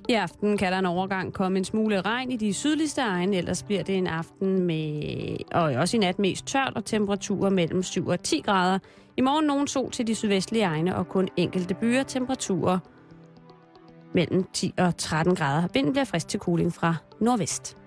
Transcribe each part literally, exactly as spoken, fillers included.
I aften kan der en overgang komme en smule regn i de sydligste egne, ellers bliver det en aften med, og også i nat mest tørt og temperaturer mellem syv og ti grader. I morgen nogen sol til de sydvestlige egne og kun enkelte byer, temperaturer mellem ti og tretten grader. Vinden bliver frisk til kuling fra nordvest.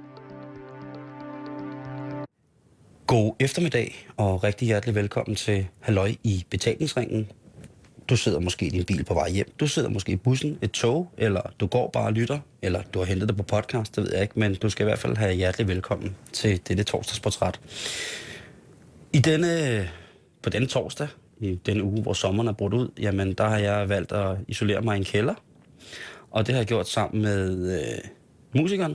God eftermiddag og rigtig hjertelig velkommen til Halløj i Betalingsringen. Du sidder måske i din bil på vej hjem. Du sidder måske i bussen, et tog, eller du går bare og lytter, eller du har hentet det på podcast, det ved jeg ikke, men du skal i hvert fald have hjertelig velkommen til dette torsdagsportræt. I denne, på denne torsdag, i denne uge, hvor sommeren er brudt ud, jamen der har jeg valgt at isolere mig i en kælder, og det har jeg gjort sammen med øh, musikeren,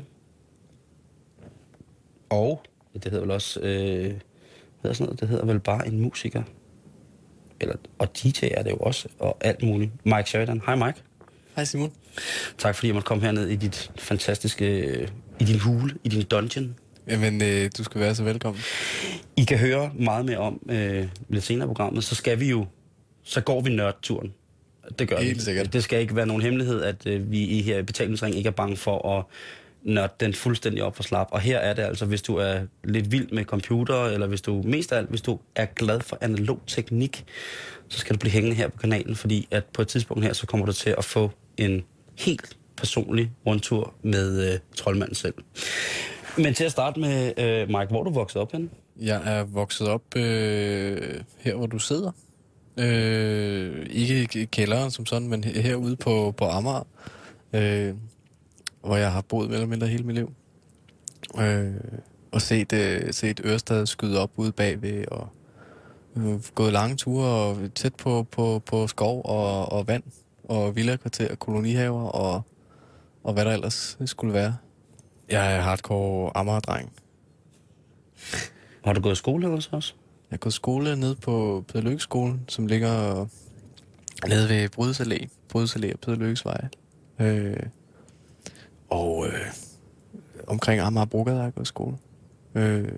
og det hedder vel også, øh, hvad hedder sådan noget, det hedder vel bare en musiker. Eller, og D J er det jo også, og alt muligt. Mike Sheridan. Hej Mike. Hej Simon. Tak fordi jeg måtte komme herned i dit fantastiske, i din hule, i din dungeon. Jamen, øh, du skal være så velkommen. I kan høre meget mere om øh, lidt senere i programmet, så skal vi jo, så går vi nørdturen. Det gør Helt vi. sikkert. Det skal ikke være nogen hemmelighed, at øh, vi i her Betalingsring ikke er bange for at nørde den fuldstændig op for slap. Og her er det altså, hvis du er lidt vild med computer, eller hvis du mest af alt, hvis du er glad for analog teknik, så skal du blive hængende her på kanalen, fordi at på et tidspunkt her, så kommer du til at få en helt personlig rundtur med øh, troldmanden selv. Men til at starte med, øh, Mike, hvor er du vokset op henne? Jeg er vokset op øh, her, hvor du sidder. Øh, ikke i kælderen som sådan, men herude på, på Amager. Øh, hvor jeg har boet mere eller mindre hele mit liv. Øh, og set, øh, set Ørestad skyde op ude bagved, og øh, gået lange ture og tæt på, på, på skov og, og vand, og villakvarter, kolonihaver, og, og hvad der ellers skulle være. Jeg er hardcore Amager-dreng. Har du gået i skole hos os? Jeg har gået skole nede på Peder Lykkes-skolen, som ligger nede ved Brydes Allé. Brydes Allé og Peder Lykkes-vej. Øh, Og øh, omkring Amager Brogade har jeg gået i skole. Øh,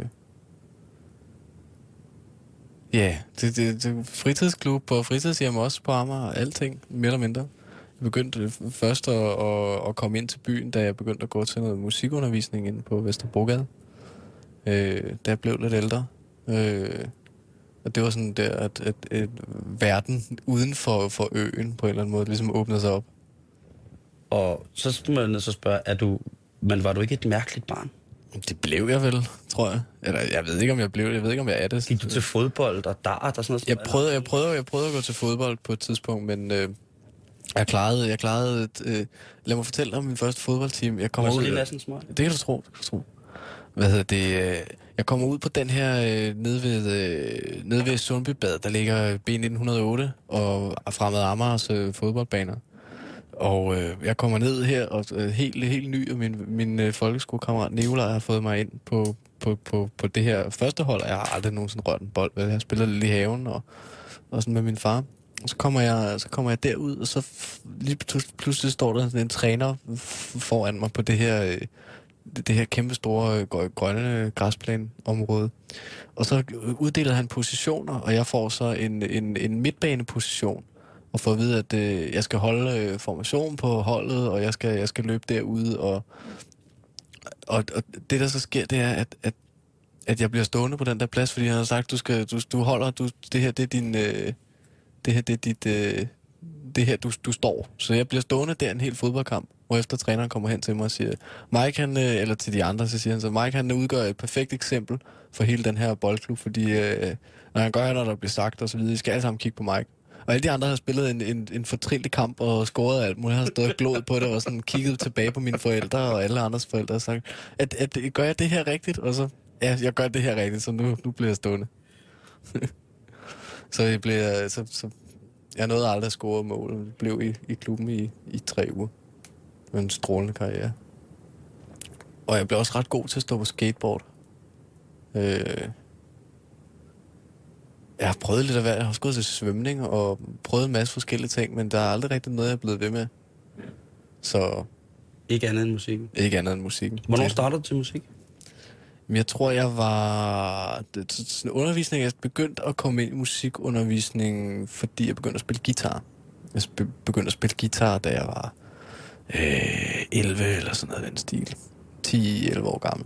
ja, yeah, det, det, det fritidsklub og fritidshjem også på Amager og alting, mere eller mindre. Jeg begyndte først at, at, at komme ind til byen, da jeg begyndte at gå til noget musikundervisning inde på Vesterbrogade. Øh, da jeg blev lidt ældre. Øh, og det var sådan der, at, at, at verden uden for, for øen på en eller anden måde ligesom åbnede sig op. Og så skal man nødt til at spørge, er du, men var du ikke et mærkeligt barn? Det blev jeg vel, tror jeg. Eller jeg ved ikke, om jeg blev jeg ved ikke, om jeg er det. Gik du til fodbold og dart og sådan noget? Jeg prøvede, jeg prøvede, jeg prøvede at gå til fodbold på et tidspunkt, men øh, jeg klarede, jeg klarede, øh, lad mig fortælle om min første fodboldteam. Jeg kommer ud. ud. Det kan du tro, det kan du tro. Hvad hedder det? Øh, jeg kommer ud på den her øh, nede ved øh, nede ved Sundbybad, der ligger B nitten hundrede og otte og Fremad Amagers øh, fodboldbaner. Og øh, jeg kommer ned her, og øh, helt, helt ny, og min, min øh, folkeskolekammerat Nicolaj har fået mig ind på, på, på, på det her første hold, og jeg har aldrig nogensinde rørt en bold. Jeg spiller lidt i haven, og, og sådan med min far. Og så kommer jeg, så kommer jeg derud, og så f- lige pludselig står der sådan en træner f- foran mig på det her, øh, det her kæmpe store øh, grønne græsplæneområde. Og så uddeler han positioner, og jeg får så en, en, en midtbaneposition. Og for at vide, at øh, jeg skal holde øh, formation på holdet, og jeg skal, jeg skal løbe derude. Og, og, og det, der så sker, det er, at, at, at jeg bliver stående på den der plads, fordi han har sagt, du skal, du, du holder, du, det her, det er din, øh, det her, det er dit, øh, det her, du, du står. Så jeg bliver stående der en hel fodboldkamp, hvor efter træneren kommer hen til mig og siger, Mike, han, øh, eller til de andre, så siger han så, Mike, han udgør et perfekt eksempel for hele den her boldklub, fordi øh, når han gør, når der bliver sagt og så videre, I skal alle sammen kigge på Mike. Og alle de andre har spillet en, en, en fortrinlig kamp og scoret alt muligt. Jeg har stået og glået på det og sådan kigget tilbage på mine forældre og alle andres forældre og sagt, at, at, gør jeg det her rigtigt? Og så, ja, jeg gør det her rigtigt, så nu, nu bliver jeg stående. så jeg blev, så, så jeg nåede aldrig at score mål. Jeg blev i, i klubben i, i tre uger. Det var en strålende karriere. Og jeg blev også ret god til at stå på skateboard. Øh... Jeg har prøvet lidt af hvad. Jeg har også gået til svømning og prøvet en masse forskellige ting, men der er aldrig rigtig noget, jeg er blevet ved med. Så... Ikke andet end musikken? Ikke andet end musikken. Hvornår startede du til musik? Jeg tror, jeg var... Sådan undervisning, jeg begyndte at komme ind i musikundervisning, fordi jeg begyndte at spille guitar. Jeg begyndte at spille guitar, da jeg var... øh, elleve eller sådan noget af den stil. ti elleve år gammel.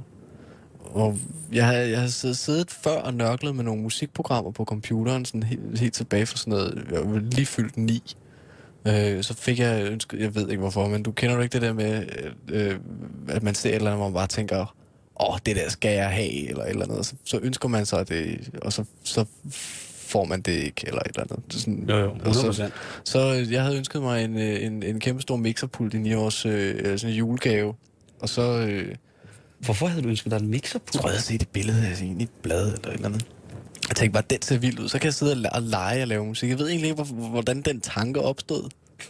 Og jeg har, jeg har siddet før og nørklet med nogle musikprogrammer på computeren, sådan helt, helt tilbage fra sådan noget, jeg var lige fyldt ni. Øh, så fik jeg ønsket, jeg ved ikke hvorfor, men du kender du ikke det der med, øh, at man ser et eller andet, hvor man bare tænker, åh, det der skal jeg have, eller et eller andet. Så, så ønsker man sig det, og så, så får man det ikke, eller et eller andet. Det sådan, jo, jo, hundrede procent. Så, så jeg havde ønsket mig en, en, en kæmpe stor mixerpult i ni års øh, sådan en julegave, og så... Øh, Hvorfor havde du ønsket dig en mixerpult? Jeg tror, jeg havde set et billede af i et blad eller et eller andet. Jeg tænkte bare, den ser vild ud. Så kan jeg sidde og lege og lave musik. Jeg ved egentlig ikke, hvordan den tanke opstod.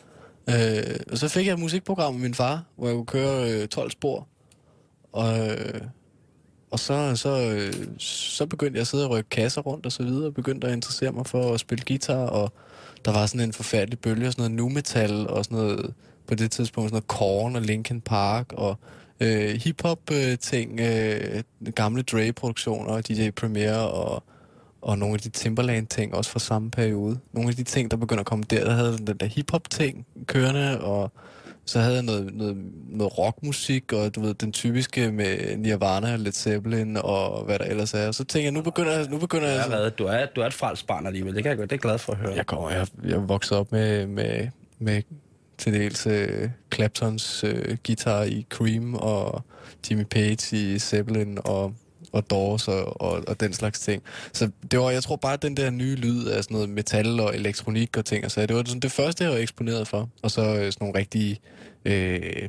Øh, og så fik jeg et musikprogram med min far, hvor jeg kunne køre øh, tolv spor. Og, øh, og så, så, øh, så begyndte jeg at sidde og rykke kasser rundt og så videre. Og begyndte at interessere mig for at spille guitar. Og der var sådan en forfærdelig bølge og sådan noget nu-metal og sådan noget på det tidspunkt. Sådan noget Korn og Linkin Park og... Øh, hip-hop-ting, øh, gamle Dre-produktioner, D J Premier og, og nogle af de Timbaland-ting også fra samme periode. Nogle af de ting, der begynder at komme der, der havde den der hip-hop-ting kørende, og så havde jeg noget, noget, noget rockmusik, og du ved, den typiske med Nirvana og Led Zeppelin, og hvad der ellers er. Så tænkte jeg, nu begynder jeg... Nu begynder jeg altså, du, er, du er et frelst barn alligevel, det kan jeg godt, det er glad for at høre. Jeg kommer, jeg, jeg er vokset op med... med, med til dels uh, Claptons uh, guitar i Cream og Jimmy Page i Zeppelin og, og Doors og, og, og den slags ting. Så det var, jeg tror bare, at den der nye lyd af sådan noget metal og elektronik og ting, og så det var sådan det første, jeg var eksponeret for. Og så uh, sådan nogle rigtige øh,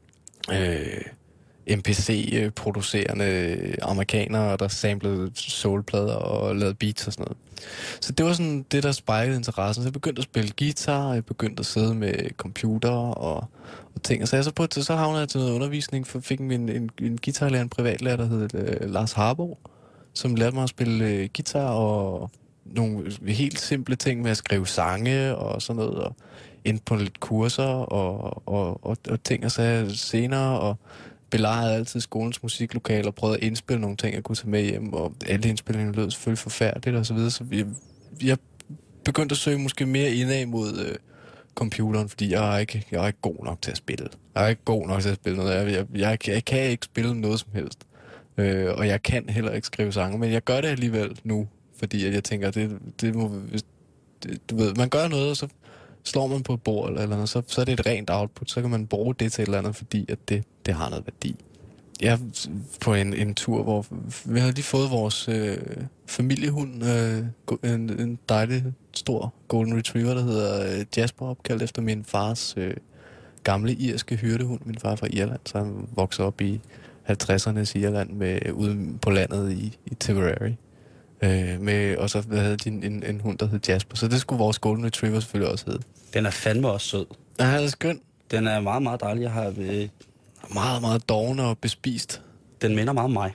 øh, M P C-producerende amerikanere, der samplede soulplader og lavede beats og sådan noget. Så det var sådan det, der spejlede interessen. Så jeg begyndte at spille guitar, og jeg begyndte at sidde med computer og, og ting. Og så, jeg så, på, så havnede jeg til noget undervisning, for fik en, en, en guitarlærer, en privatlærer, der hed uh, Lars Harbo, som lærte mig at spille uh, guitar og nogle helt simple ting med at skrive sange og sådan noget, og ind på lidt kurser og, og, og, og ting, og så senere, og belejrede altid skolens musiklokale og prøvede at indspille nogle ting, jeg kunne tage med hjem, og alle indspillingerne lød selvfølgelig forfærdeligt og så videre, så jeg, jeg begyndte at søge måske mere indad mod øh, computeren, fordi jeg er, ikke, jeg er ikke god nok til at spille. Jeg er ikke god nok til at spille noget. Jeg, jeg, jeg, jeg kan ikke spille noget som helst, øh, og jeg kan heller ikke skrive sange, men jeg gør det alligevel nu, fordi at jeg tænker, det, det må... Det, du ved, man gør noget, og så slår man på et bord eller noget, så, så er det et rent output, så kan man bruge det til et eller andet, fordi at det, det har noget værdi. Jeg er på en, en tur, hvor vi har lige fået vores øh, familiehund, øh, en, en dejlig stor golden retriever, der hedder øh, Jasper, opkaldt efter min fars øh, gamle irske hyrdehund. Min far er fra Irland, så han voksede op i halvtredsernes Irland med, ude på landet i, i Tipperary. Øh, med, og så havde de en, en, en hund, der hed Jasper. Så det skulle vores golden retriever selvfølgelig også hedde. Den er fandme også sød. Ja, det er skøn. Den er meget, meget dejlig. Jeg har øh... meget, meget doven og bespist. Den minder meget om mig.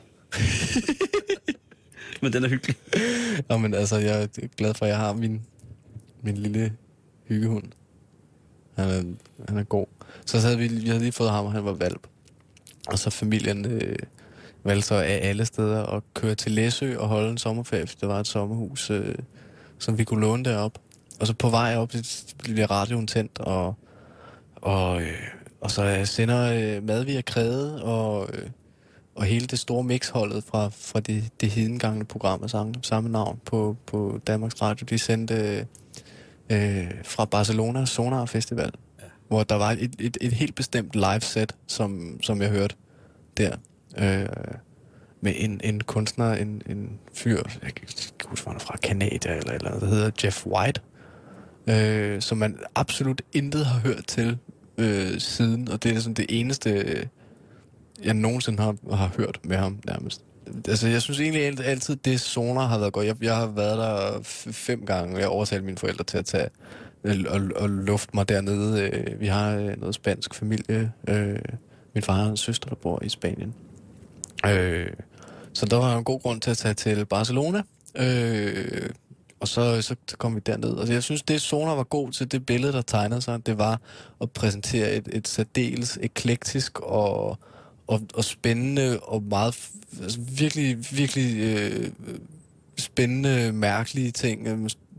Men den er hyggelig. Ja, men altså, jeg er glad for, at jeg har min, min lille hyggehund. Han er, han er god. Så havde vi, vi havde lige fået ham, og han var valp. Og så familien øh, valgte så af alle steder at køre til Læsø og holde en sommerferie, for der var et sommerhus, øh, som vi kunne låne derop. Og så på vej op, så bliver radioen tændt, og, og, øh, og så sender øh, mad via Kræde, og, øh, og hele det store mixholdet fra, fra det, det hedengangne program af samme, samme navn på, på Danmarks Radio, de sendte øh, fra Barcelona Sonar Festival, ja. Hvor der var et, et, et helt bestemt live-set, som, som jeg hørte der. Øh, med en, en kunstner, en, en fyr, jeg kan ikke huske, han er fra Canada eller eller andet, der hedder Jeff White, øh, som man absolut intet har hørt til øh, siden, og det er sådan det eneste, jeg nogensinde har, har hørt med ham nærmest. Altså, jeg synes egentlig altid, det Sonar har været godt. Jeg, jeg har været der f- fem gange, og jeg overtalte mine forældre til at tage og, og lufte mig dernede. Vi har noget spansk familie. Min far har en søster, der bor i Spanien. Så der var en god grund til at tage til Barcelona. Og så, så kom vi derned. Altså, jeg synes, det Sonar var god til, det billede, der tegnede sig, det var at præsentere et, et særdeles eklektisk og, og, og spændende og meget, altså virkelig, virkelig øh, spændende, mærkelige ting.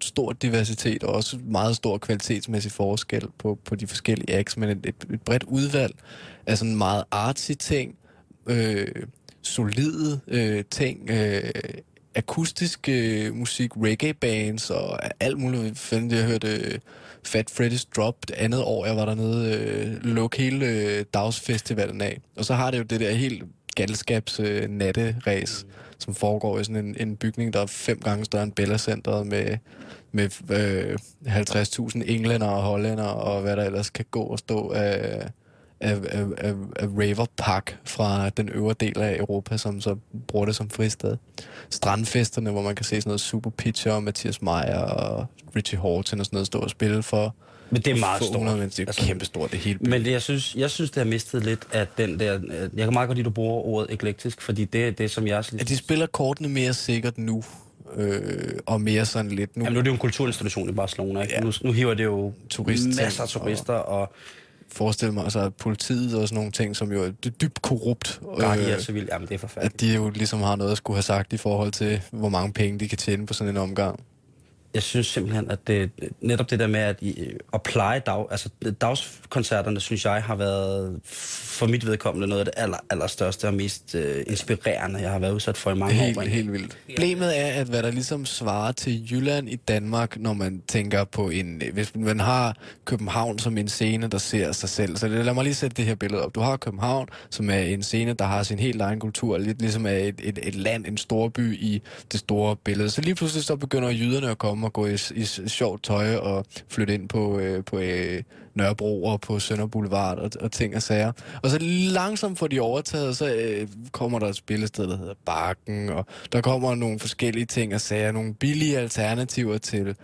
stor diversitet, og også meget stor kvalitetsmæssig forskel på, på de forskellige acts, men et, et, et bredt udvalg af sådan meget artsy ting, øh, solide øh, ting, øh, akustisk øh, musik, reggae-bands og alt muligt. Fandt jeg hørte øh, Fat Freddy's Drop det andet år, jeg var dernede, øh, luk hele øh, dagsfestivalen af. Og så har det jo det der helt galskabs øh, natteræs, mm. som foregår i sådan en, en bygning, der er fem gange større end Bella Centeret med, med øh, halvtreds tusind englænder og hollænder og hvad der ellers kan gå og stå af, af, af, af, af raverpack fra den øvre del af Europa, som så bruger det som fristed. Strandfesterne, hvor man kan se sådan noget Super Pitcher og Mathias Meyer og Richie Horton og sådan noget stå og spille for. Men det er meget stort. Men det er altså, kæmpestort, det hele. Men det, jeg, synes, jeg synes, det har mistet lidt af den der... Jeg kan meget godt lide, at du bruger ordet eklektisk, fordi det er det, som jeg... At de spiller kortene mere sikkert nu, øh, og mere sådan lidt nu. Jamen nu er det jo en kulturinstitution i Barcelona, ikke? Ja. Nu, nu hiver det jo turister, masser af turister, og... og forestil mig altså, at politiet og sådan nogle ting, som jo er dybt korrupt. Guardia Civil, jamen det er forfærdeligt. At de jo ligesom har noget at skulle have sagt i forhold til, hvor mange penge de kan tjene på sådan en omgang. Jeg synes simpelthen, at det, netop det der med at, at pleje dag, altså dagskoncerterne, synes jeg, har været for mit vedkommende noget af det aller, allerstørste og mest uh, inspirerende, jeg har været udsat for i mange helt, år. Helt, helt vildt. Problemet er, at hvad der ligesom svarer til Jylland i Danmark, når man tænker på en... Hvis man har København som en scene, der ser sig selv. Så lad mig lige sætte det her billede op. Du har København, som er en scene, der har sin helt egen kultur, lidt ligesom er et, et, et land, en stor by i det store billede. Så lige pludselig så begynder jyderne at komme og gå i, i sjovt tøj og flytte ind på, øh, på øh, Nørrebro og på Sønder Boulevard og, og ting og sager. Og så langsomt får de overtaget, så øh, kommer der et spillested, der hedder Bakken, og der kommer nogle forskellige ting og sager, nogle billige alternativer til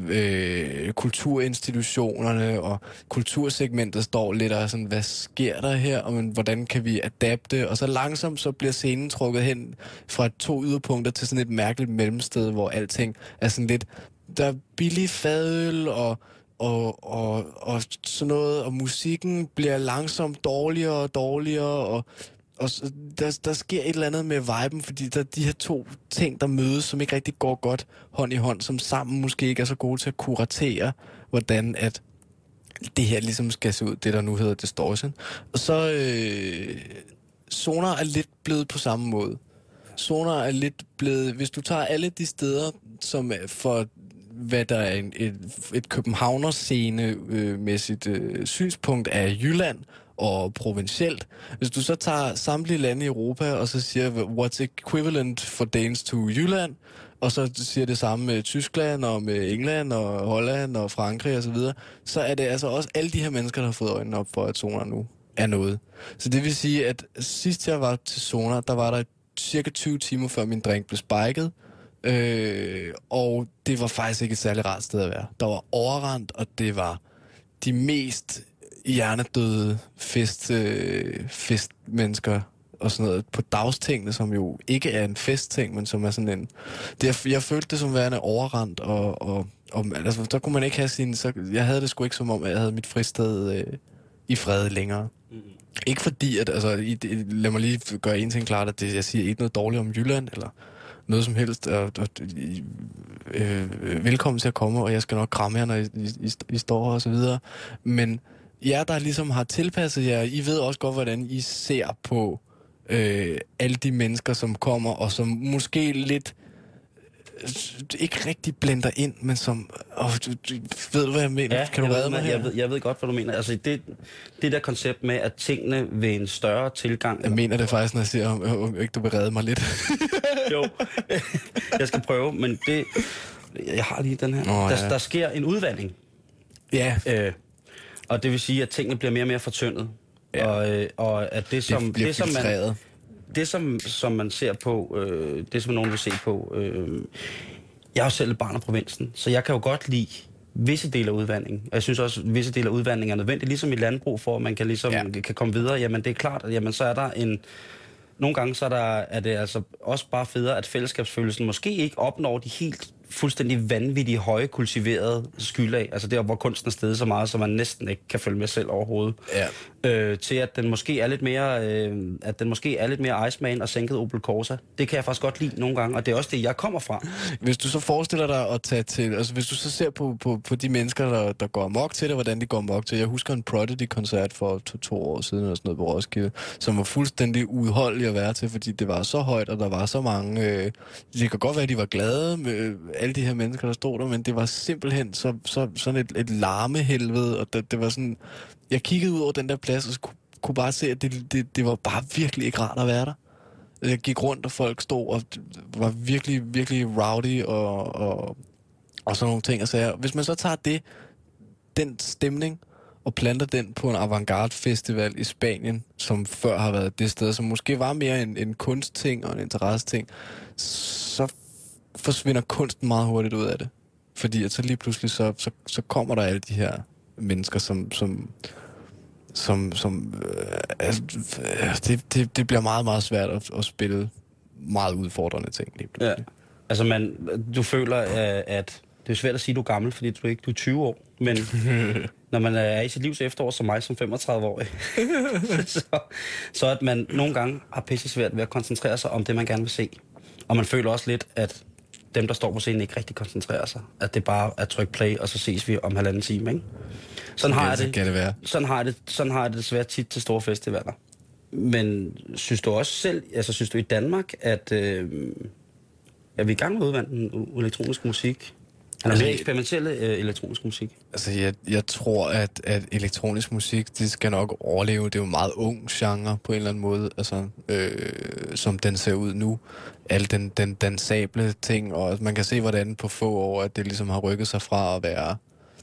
øh, kulturinstitutionerne, og kultursegmentet står lidt og sådan, hvad sker der her, og men, hvordan kan vi adapte? Og så langsomt så bliver scenen trukket hen fra to yderpunkter til sådan et mærkeligt mellemsted, hvor alting er sådan lidt, der er billig fadøl og Og, og, og sådan noget, og musikken bliver langsomt dårligere og dårligere, og, og der, der sker et eller andet med viben, fordi der er de her to ting, der mødes, som ikke rigtig går godt hånd i hånd, som sammen måske ikke er så gode til at kuratere, hvordan at det her ligesom skal se ud, det der nu hedder Distortion. Og så øh, Sonar er lidt blevet på samme måde. Sonar er lidt blevet, hvis du tager alle de steder, som er for hvad der er en, et, et københavnerscene-mæssigt øh, synspunkt af Jylland og provincielt. Hvis du så tager samtlige lande i Europa, og så siger, what's equivalent for Danes to Jylland, og så siger det samme med Tyskland og med England og Holland og Frankrig og så videre, så er det altså også alle de her mennesker, der har fået øjnene op for, at Sonar nu er noget. Så det vil sige, at sidst jeg var til Sonar, der var der cirka tyve timer før min drink blev spiket, Øh, og det var faktisk ikke et særligt rart sted at være. Der var overrendt, og det var de mest hjernedøde fest, øh, festmennesker og sådan noget på dagstingene, som jo ikke er en festting, men som er sådan en... Det, jeg følte det som værende overrendt, og, og, og altså, der kunne man ikke have sin... Så, jeg havde det sgu ikke som om, at jeg havde mit fristed øh, i fred længere. Mm. Ikke fordi, at... Altså, i, lad mig lige gøre en ting klart, at det, jeg siger ikke noget dårligt om Jylland, eller noget som helst, og, og øh, velkommen til at komme, og jeg skal nok kramme jer, når I, I, I står her, og så videre. Men jer, der ligesom har tilpasset jer, I ved også godt, hvordan I ser på øh, alle de mennesker, som kommer, og som måske lidt øh, ikke rigtig blender ind, men som... Åh, du, du, ved du, hvad jeg mener? Ja, kan du redde mig her? Jeg ved, jeg ved godt, hvad du mener. Altså, det, det der koncept med, at tingene ved en større tilgang... Jeg mener det faktisk, når jeg siger, om, om ikke du vil redde mig lidt. Jo, jeg skal prøve, men det... Jeg har lige den her. Oh, der, ja. der sker en udvandring. Ja. Øh, og det vil sige, at tingene bliver mere og mere fortyndet. Ja. Og, øh, og at det, som... Det bliver det, som filtreret. man, det, som, som man ser på... Øh, det, som nogen vil se på... Øh, jeg er jo selv et barn af provinsen, så jeg kan jo godt lide visse dele af udvandring. Og jeg synes også, at visse dele af udvandring er nødvendigt, ligesom i landbrug, for at man kan, ligesom, ja. kan komme videre. Jamen, det er klart, at jamen, så er der en... Nogle gange så er, der, er det altså også bare federe, at fællesskabsfølelsen måske ikke opnår de helt fuldstændig vanvittige, høje, kultiverede skyldag, altså der, hvor kunsten er steget så meget, så man næsten ikke kan følge med selv overhovedet, ja. øh, til at den måske er lidt mere, øh, at den måske er lidt mere Iceman og sænket Opel Corsa. Det kan jeg faktisk godt lide nogle gange, og det er også det, jeg kommer fra. Hvis du så forestiller dig at tage til, altså hvis du så ser på, på, på de mennesker, der, der går amok til det, hvordan de går amok til. Jeg husker en Prodigy-koncert for to, to år siden, eller sådan noget på Roskilde, som var fuldstændig udholdelig at være til, fordi det var så højt, og der var så mange... Øh, det kan godt være, at de var glade med øh, alle de her mennesker, der stod der, men det var simpelthen så, så, sådan et, et larmehelvede, og det, det var sådan... Jeg kiggede ud over den der plads, og så kunne, kunne bare se, at det, det, det var bare virkelig ikke rart at være der. Jeg gik rundt, og folk stod og var virkelig, virkelig rowdy og, og, og sådan nogle ting. Og så hvis man så tager det, den stemning, og planter den på en avantgarde festival i Spanien, som før har været det sted, som måske var mere en, en kunstting og en interesse-ting, så forsvinder kunsten meget hurtigt ud af det. Fordi at så lige pludselig, så, så, så kommer der alle de her mennesker, som... som som, som øh, altså, det, det, det bliver meget, meget svært at, at spille meget udfordrende ting lige pludselig. Ja. Altså, man, du føler, at det er svært at sige, at du er gammel, fordi du ikke du er tyve år, men når man er i sit livs efterår, som mig som femogtredive-årig, så, så at man nogle gange har pisse svært ved at koncentrere sig om det, man gerne vil se. Og man føler også lidt, at dem, der står på scenen, ikke rigtig koncentrerer sig. At det bare er tryk play, og så ses vi om halvanden time, ikke? Sådan har, jeg det, kan det være. Sådan, har jeg det, sådan har jeg det desværre tit til store festivaler. Men synes du også selv, altså synes du i Danmark, at øh, er vi i gang med at udvande den elektroniske musik? Eller altså, mere eksperimentelle øh, elektronisk musik? Altså, jeg, jeg tror, at, at elektronisk musik, det skal nok overleve. Det er jo en meget ung genre på en eller anden måde, altså, øh, som den ser ud nu. Al den, den dansable ting, og man kan se, hvordan på få år, at det ligesom har rykket sig fra at være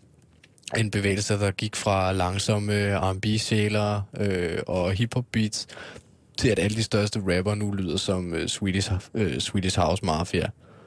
en bevægelse, der gik fra langsomme R and B-sjæler øh, og hip-hop-beats, til at alle de største rapper nu lyder som øh, Swedish, øh, Swedish House Mafia.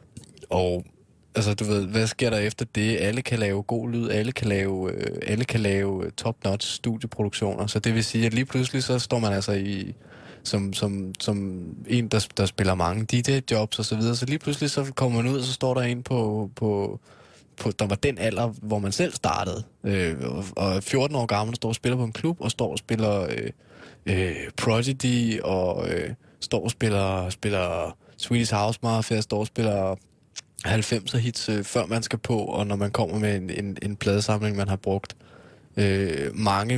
Og altså, du ved, hvad sker der efter det? Alle kan lave god lyd, alle kan lave, øh, alle kan lave top-notch studieproduktioner. Så det vil sige, at lige pludselig så står man altså i som, som, som en, der, der spiller mange D J-jobs og så videre. Så lige pludselig så kommer man ud, og så står der en på... på På, der var den alder, hvor man selv startede, øh, og fjorten år gammel, står og spiller på en klub, og står og spiller øh, øh, Prodigy, og øh, står og spiller, spiller Swedish House Mafia, står og spiller halvfemser hits, øh, før man skal på, og når man kommer med en, en, en pladesamling, man har brugt øh, mange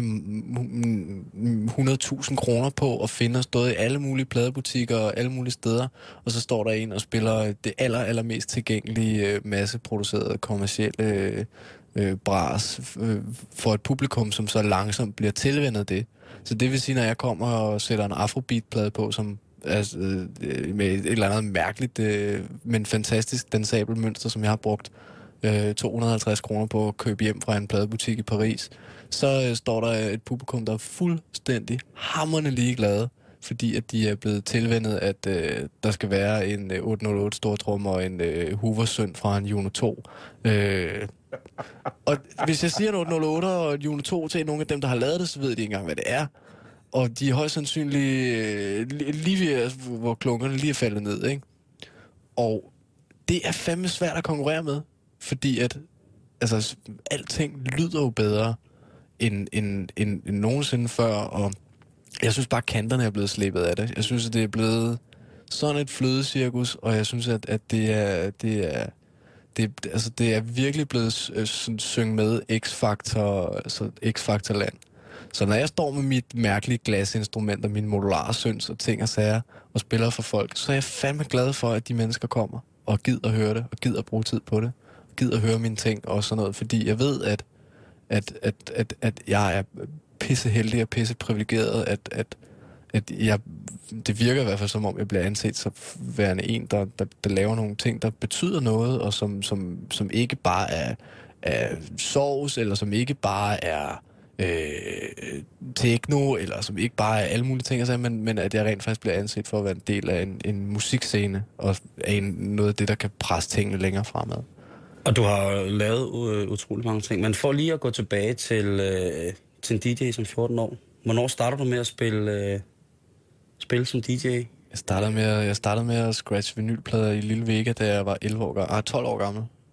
hundrede tusind kroner på at finde og stået i alle mulige pladebutikker og alle mulige steder, og så står der en og spiller det aller, allermest tilgængelige øh, masseproducerede kommercielle øh, øh, bras øh, for et publikum, som så langsomt bliver tilvænnet det. Så det vil sige, når jeg kommer og sætter en afrobeat-plade på, som altså, øh, med et eller andet mærkeligt, øh, men fantastisk dansabelt mønster, som jeg har brugt to hundrede og halvtreds kroner på at købe hjem fra en pladebutik i Paris, så øh, står der et publikum, der er fuldstændig hamrende ligeglade, fordi at de er blevet tilvænnet, at øh, der skal være en øh, otte nul otte stortrum og en øh, Hoover-søn fra en Juno to. Øh, og hvis jeg siger en otte nul otte og en Juno to til nogle af dem, der har lavet det, så ved de ikke engang, hvad det er. Og de er højst sandsynligt øh, lige ved, hvor klunkerne lige er faldet ned, ikke? Og det er fandme svært at konkurrere med. Fordi at altså, alting lyder jo bedre end, end, end, end nogensinde før, og jeg synes bare, at kanterne er blevet slæbet af det. Jeg synes, at det er blevet sådan et flødecirkus, og jeg synes, at, at det er... Det er det, altså, det er virkelig blevet øh, synge med X-Factor, altså X-Factor-land. Så når jeg står med mit mærkelige glasinstrument og mine modulare syns og ting og sager og spiller for folk, så er jeg fandme glad for, at de mennesker kommer og gider at høre det, og gider at bruge tid på det, og gider at høre mine ting og sådan noget, fordi jeg ved, at, at, at, at, at jeg er pisse heldig og pisse privilegeret, at, at, at jeg, det virker i hvert fald som om, jeg bliver anset som værende en, der, der, der laver nogle ting, der betyder noget, og som, som, som ikke bare er, er sovs, eller som ikke bare er øh, techno, eller som ikke bare er alle mulige ting, altså, men, men at jeg rent faktisk bliver anset for at være en del af en, en musikscene, og af en, noget af det, der kan presse tingene længere fremad. Og du har lavet uh, utrolig mange ting, men for lige at gå tilbage til, uh, til en D J som fjorten år, hvornår starter du med at spille, uh, spille som D J? Jeg startede med, jeg startede med at scratche vinylplader i Lille Vega, da jeg var elleve år gammel, ah, tolv år gammel.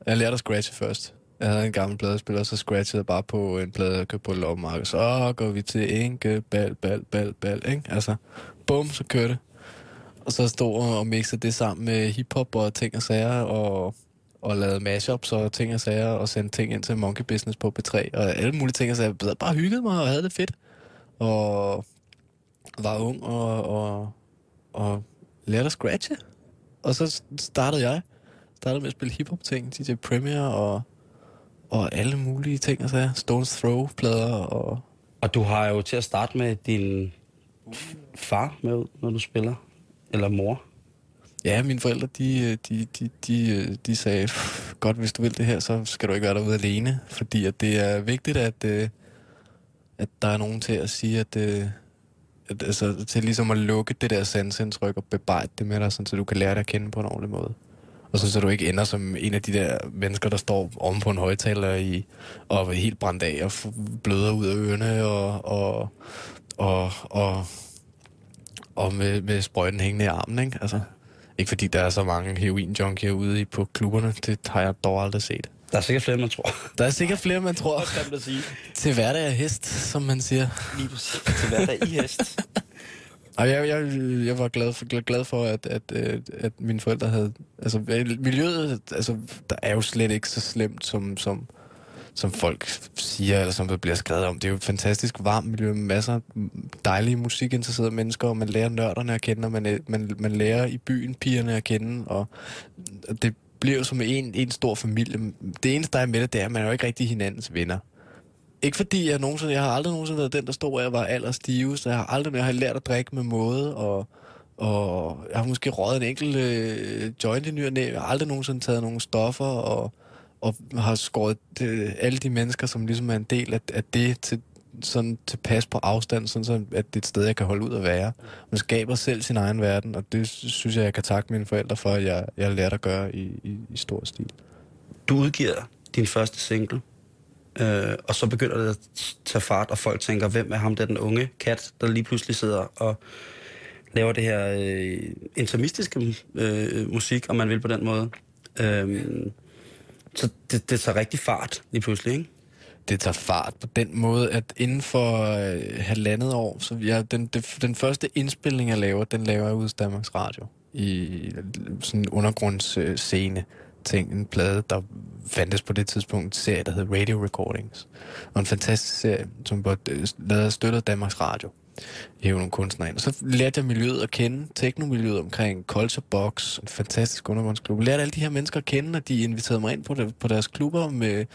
Jeg lærte at scratche først. Jeg havde en gammel pladespiller, så scratchede jeg bare på en plade, jeg købte på loppemarkedet. Så går vi til enke, bal, bal, bal, bal, ikke? Altså, bum, så kørte det. Og så stod og mixede det sammen med hiphop og ting og sager, og, og lavede mashups og ting og sager, og sendte ting ind til Monkey Business på P tre, og alle mulige ting og sager. Jeg bare hyggede mig og havde det fedt. Og var ung og, og, og lærte at scratche. Og så startede jeg. Startede med at spille hiphop-ting, D J Premier og, og alle mulige ting og sager. Stones Throw-plader og... Og du har jo til at starte med din far med ud, når du spiller. Eller mor. Ja, mine forældre, de, de, de, de, de sagde, godt, hvis du vil det her, så skal du ikke være derude alene. Fordi at det er vigtigt, at, at der er nogen til at sige, at, at altså, til ligesom at lukke det der sansindtryk og bebrejde det med dig, sådan, så du kan lære dig at kende på en ordentlig måde. Og så, så du ikke ender som en af de der mennesker, der står oven på en højtaler i, og er helt brændt af og bløder ud af ørerne og, og, og, og, og med, med sprøjten hængende i armen, ikke? Altså, ikke fordi der er så mange heroin-junkier ude i, på klubberne, det har jeg dog aldrig set. Der er sikkert flere, man tror. Der er sikkert flere, man tror. Hvad kan man sige? Til hverdag er hest, som man siger. Lige præcis. Til hverdag i hest. Og jeg, jeg, jeg var glad for, glad for at, at, at, at mine forældre havde... Altså, miljøet altså, der er jo slet ikke så slemt, som, som, som folk siger, eller som det bliver skrevet om. Det er jo et fantastisk varmt miljø med masser af dejlige musikinteresserede mennesker, og man lærer nørderne at kende, og man, man, man lærer i byen pigerne at kende, og det bliver jo som en, en stor familie. Det eneste, der er med det, det er, at man er jo ikke rigtig hinandens venner. Ikke fordi jeg nogensinde, jeg har aldrig nogensinde været den, der stod, at jeg var allerstivest. Jeg har aldrig, jeg har lært at drikke med måde, og, og jeg har måske røget en enkelt øh, joint i ny og næ. Jeg har aldrig nogensinde taget nogle stoffer, og, og har skåret det, alle de mennesker, som ligesom er en del af, af det, til, sådan tilpas på afstand, sådan så, at det er et sted, jeg kan holde ud at være. Man skaber selv sin egen verden, og det synes jeg, jeg kan takke mine forældre for, at jeg, jeg har lært at gøre i, i, i stor stil. Du udgiver din første single. Øh, og så begynder det at tage fart, og folk tænker, hvem er ham der, den unge kat, der lige pludselig sidder og laver det her øh, intermistiske øh, musik, om man vil på den måde. Øh, så det, det tager rigtig fart lige pludselig, ikke? Det tager fart på den måde, at inden for øh, halvandet år, så jeg, den, det, den første indspilning, jeg laver, den laver jeg ude hos Danmarks Radio i sådan en undergrundsscene. Ting, en plade, der fandtes på det tidspunkt, en serie, der hed Radio Recordings. Og en fantastisk serie, som var lavet og støttet Danmarks Radio. Jeg hævde nogle kunstnere ind. Og så lærte jeg miljøet at kende, teknomiljøet omkring Culture Box, en fantastisk undergrundsklub. Jeg lærte alle de her mennesker at kende, og de inviterede mig ind på, det, på deres klubber med,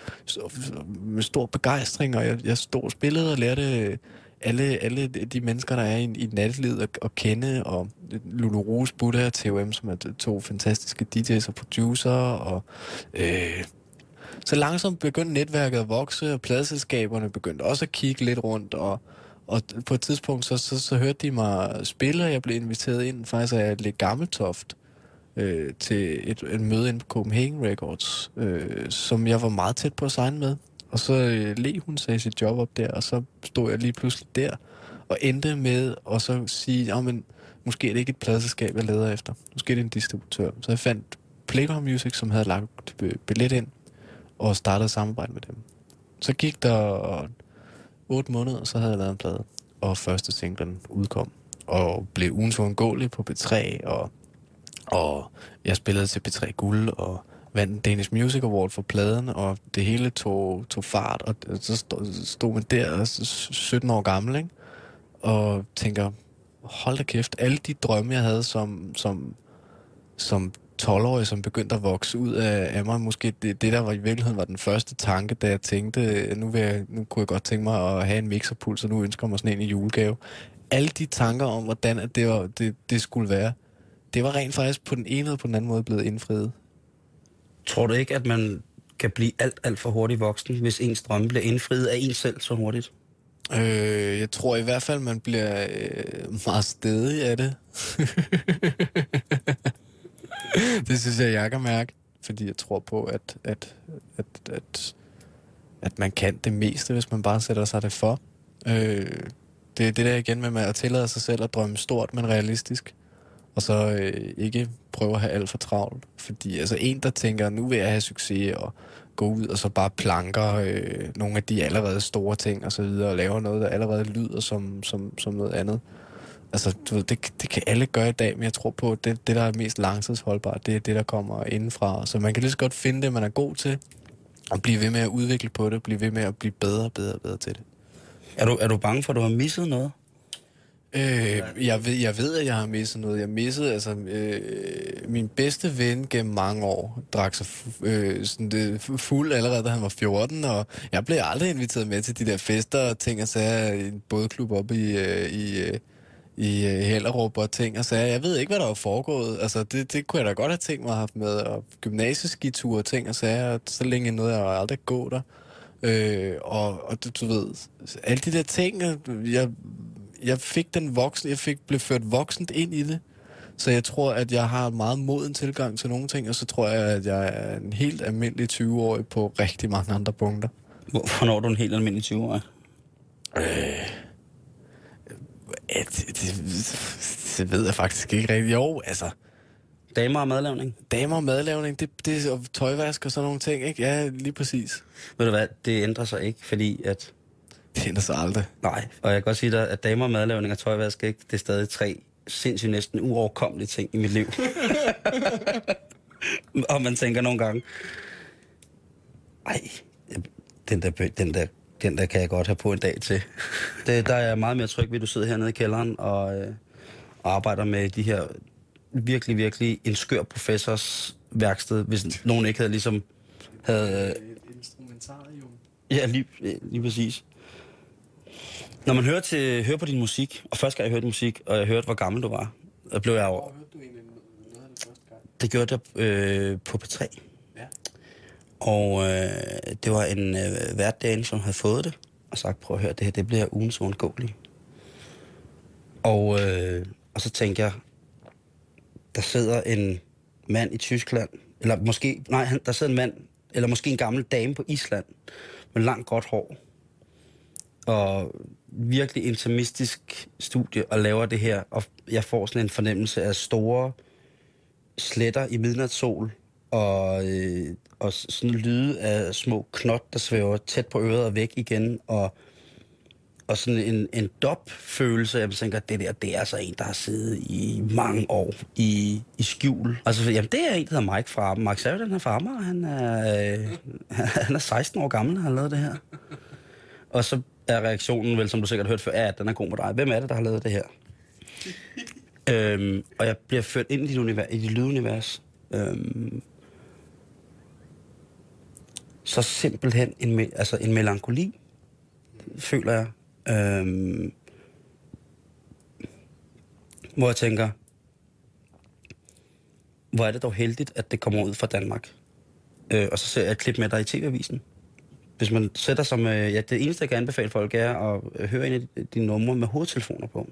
med stor begejstring, og jeg, jeg stod og spillede og lærte alle, alle de mennesker, der er i, i nattelivet at, at kende, og Lulu Rose, Buddha og T O M, som er to fantastiske D J's og producer, og øh, så langsomt begyndte netværket at vokse, og pladeselskaberne begyndte også at kigge lidt rundt, og, og på et tidspunkt, så, så, så hørte de mig spille, og jeg blev inviteret ind faktisk af lidt Gammeltoft øh, til et, et møde inde på Copenhagen Records, øh, som jeg var meget tæt på at signe med. Og så øh, led hun sig sit job op der, og så stod jeg lige pludselig der, og endte med at så sige, ja, men måske er det ikke et pladeselskab, jeg leder efter. Måske er det en distributør. Så jeg fandt Playground Music, som havde lagt billet ind, og startede samarbejde med dem. Så gik der otte måneder, og så havde jeg lavet en plade, og første singlen udkom, og blev ugens uundgåelig på P tre, og, og jeg spillede til P tre Guld, og vandt en Danish Music Award for pladen, og det hele tog, tog fart, og så stod, stod man der, sytten år gammel, ikke? Og tænker, hold da kæft, alle de drømme, jeg havde som, som, som tolv-årig, som begyndte at vokse ud af, af mig, måske det, det, der var i virkeligheden var den første tanke, da jeg tænkte, nu, vil jeg, nu kunne jeg godt tænke mig at have en mixerpuls, og nu ønsker jeg mig sådan en i julegave. Alle de tanker om, hvordan det, var, det, det skulle være, det var rent faktisk på den ene eller på den anden måde blevet indfriet. Tror du ikke, at man kan blive alt, alt for hurtigt voksen, hvis ens drømme bliver indfriet af en selv så hurtigt? Øh, jeg tror i hvert fald, man bliver øh, meget stedig af det. Det synes jeg, jeg kan mærke. Fordi jeg tror på, at, at, at, at, at man kan det meste, hvis man bare sætter sig det for. Øh, det er det der igen med at tillade sig selv at drømme stort, men realistisk. og så øh, ikke prøve at have alt for travlt. Fordi altså en, der tænker, nu vil jeg have succes, og gå ud og så bare planker øh, nogle af de allerede store ting, og så videre, og laver noget, der allerede lyder som, som, som noget andet. Altså, du ved, det, det kan alle gøre i dag, men jeg tror på, at det, det, der er mest langtidsholdbart, det er det, der kommer indenfra. Så man kan lige så godt finde det, man er god til, og blive ved med at udvikle på det, blive ved med at blive bedre og bedre og bedre til det. Er du, er du bange for, at du har misset noget? Øh, jeg, ved, jeg ved, at jeg har misset noget. Jeg missede, altså, øh, min bedste ven gennem mange år drak sig øh, sådan det, fuld allerede, da han var fjorten, og jeg blev aldrig inviteret med til de der fester og ting, og sagde i en bådklub op i, øh, i, øh, i øh, Hellerup og ting, og sagde, jeg ved ikke, hvad der var foregået. Altså, det, det kunne jeg da godt have tænkt mig at have haft med, og gymnasieskiture og ting, og sagde, at så længe noget, jeg aldrig gå der. Øh, og, og du, du ved, alle de der ting, jeg... Jeg fik den voksen, jeg fik blev ført voksent ind i det, så jeg tror, at jeg har meget moden tilgang til nogle ting, og så tror jeg, at jeg er en helt almindelig tyve-årig på rigtig mange andre punkter. Hvornår er du en helt almindelig tyve-årig? Øh, det, det, det ved jeg faktisk ikke rigtig. Jo, altså... Damer og madlavning? Damer og madlavning, det, det og tøjvask og sådan nogle ting, ikke? Ja, lige præcis. Ved du hvad, det ændrer sig ikke, fordi at... Det ændrer sig aldrig. Nej, og jeg kan godt sige dig, at damer, madlavning og tøjvask, ikke, det er stadig tre sindssygt næsten uoverkommelige ting i mit liv. Og man tænker nogle gange, ej, den der, den, der, den der kan jeg godt have på en dag til. Det, der er jeg meget mere tryg ved, at du sidder hernede i kælderen og, øh, og arbejder med de her virkelig, virkelig en skør professors værksted, hvis nogen ikke havde ligesom... Havde, Et instrumentarium. Ja, lige, lige præcis. Når man hører, til, hører på din musik, og første gang jeg hørte musik, og jeg hørte, hvor gammel du var, så blev jeg jo... Hvor hørte du egentlig noget af det første gang? Det gjorde jeg øh, på P tre. Ja. Og øh, det var en øh, vært derinde, som havde fået det, og sagt, prøv at høre, det her, det bliver ugens uundgåeligt. Og, øh, og så tænkte jeg, der sidder en mand i Tyskland, eller måske, nej, der sidder en mand, eller måske en gammel dame på Island, med langt gråt hår, og virkelig intimistisk studie, og laver det her, og jeg får sådan en fornemmelse af store sletter i midnatssol, og, øh, og sådan lyde af små knot, der svæver tæt på øret og væk igen, og, og sådan en, en dop-følelse, jeg tænker, det der, det er altså en, der har siddet i mange år i, i skjul. Altså, jamen, det er en, der hedder Mike fra Mike Sheridan er fra Amager. Han er, øh, han er seksten år gammel, når han har lavet det her. Og så er reaktionen vel, som du sikkert har hørt før, at den er god med dig. Hvem er det, der har lavet det her? øhm, og jeg bliver ført ind i dit, univers, i dit lydunivers. Øhm, så simpelthen en, altså en melankoli, føler jeg. Øhm, hvor jeg tænker, hvor er det dog heldigt, at det kommer ud fra Danmark. Øh, og så ser jeg et klip med dig i T V-avisen. Hvis man sætter sig med... Ja, det eneste, jeg kan anbefale folk, er at høre ind i dine numre med hovedtelefoner på.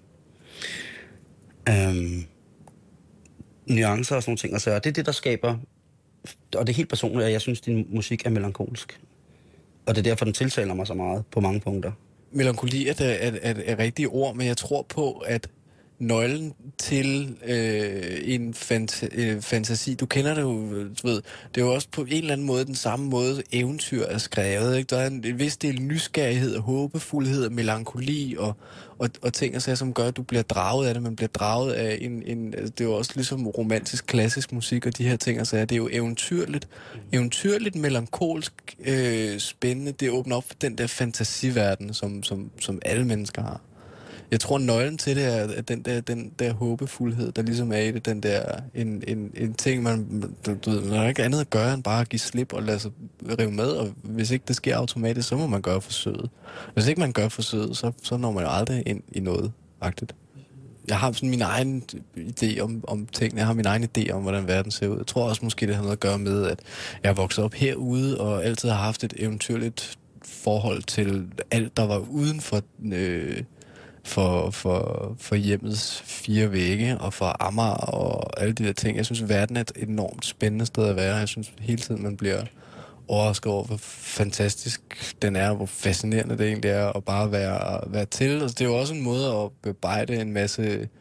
Øhm, nuancer og sådan nogle ting. Altså, og det er det, der skaber... Og det er helt personligt, at jeg synes, at din musik er melankolsk. Og det er derfor, den tiltaler mig så meget på mange punkter. Melankoli er, er, er, er rigtige ord, men jeg tror på, at nøglen til øh, en fant- øh, fantasi, du kender det jo, du ved, det er jo også på en eller anden måde den samme måde, eventyr er skrevet, ikke? Der er en, en vis del nysgerrighed og håbefuldhed og melankoli og, og, og ting og sager, som gør, at du bliver draget af det, man bliver draget af en, en altså, det er jo også ligesom romantisk, klassisk musik og de her ting og sager, det er jo eventyrligt, eventyrligt, melankolsk, øh, spændende, det åbner op for den der fantasiverden, som, som, som alle mennesker har. Jeg tror, nøglen til det er at den der, den der håbefuldhed, der ligesom er i det, den der, en, en, en ting, man, du, du ved, man har ikke andet at gøre, end bare at give slip og lade sig rive med, og hvis ikke det sker automatisk, så må man gøre forsøget. Hvis ikke man gør forsøget, så, så når man jo aldrig ind i noget agtigt. Jeg har sådan min egen idé om, om tingene, jeg har min egen idé om, hvordan verden ser ud. Jeg tror også måske, det har noget at gøre med, at jeg er vokset op herude, og altid har haft et eventyrligt forhold til alt, der var uden for... Øh, For, for, for hjemmets fire vægge, og for Amager og alle de der ting. Jeg synes, verden er et enormt spændende sted at være. Jeg synes hele tiden, man bliver overrasket over, hvor fantastisk den er, hvor fascinerende det egentlig er at bare være, være til. Altså, det er jo også en måde at bearbejde en masse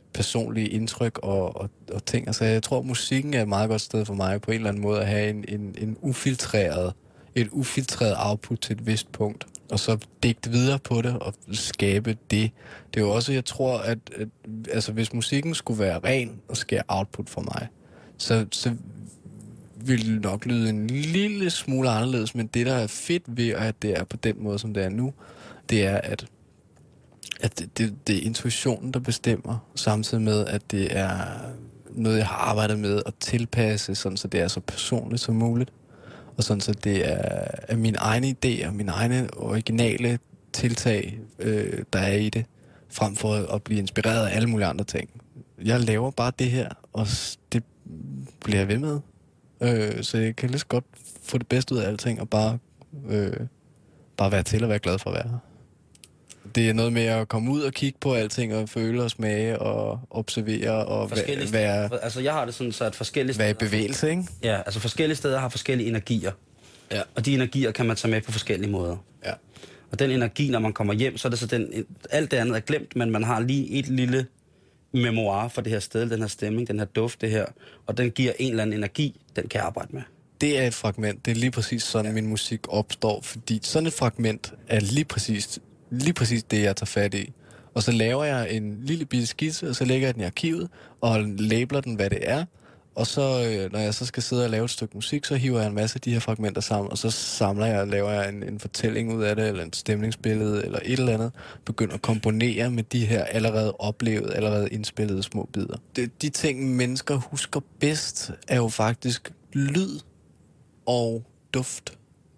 personlige indtryk og, og, og ting. Altså, jeg tror, musikken er et meget godt sted for mig på en eller anden måde at have en, en, en ufiltreret, et ufiltreret output til et vist punkt, og så digte videre på det og skabe det. Det er jo også, jeg tror, at, at altså, hvis musikken skulle være ren og skære output for mig, så, så ville det nok lyde en lille smule anderledes, men det, der er fedt ved, at det er på den måde, som det er nu, det er, at at det, det, det er intuitionen, der bestemmer, samtidig med, at det er noget, jeg har arbejdet med at tilpasse, sådan så det er så personligt som muligt, og sådan så det er, er mine egne idéer, mine egne originale tiltag, øh, der er i det, frem for at blive inspireret af alle mulige andre ting. Jeg laver bare det her, og det bliver jeg ved med. Øh, så jeg kan lige så godt få det bedste ud af alting, og bare, øh, bare være til og være glad for at være her. Det er noget med at komme ud og kigge på alting, og føle og smage, og observere, og væ- være, altså, jeg har det sådan, så at forskellige være i steder... bevægelse, ikke? Ja, altså forskellige steder har forskellige energier. Ja. Og de energier kan man tage med på forskellige måder. Ja. Og den energi, når man kommer hjem, så er det så den... Alt det andet er glemt, men man har lige et lille memoir for det her sted, den her stemning, den her duft, det her. Og den giver en eller anden energi, den kan jeg arbejde med. Det er et fragment. Det er lige præcis sådan, ja. Min musik opstår. Fordi sådan et fragment er lige præcis, lige præcis det, jeg tager fat i. Og så laver jeg en lille bitte skitse, og så lægger jeg den i arkivet, og labeler den, hvad det er. Og så, når jeg så skal sidde og lave et stykke musik, så hiver jeg en masse af de her fragmenter sammen, og så samler jeg og laver jeg en, en fortælling ud af det, eller en stemningsbillede, eller et eller andet. Begynder at komponere med de her allerede oplevede, allerede indspillede små bidder. De, de ting, mennesker husker bedst, er jo faktisk lyd og duft.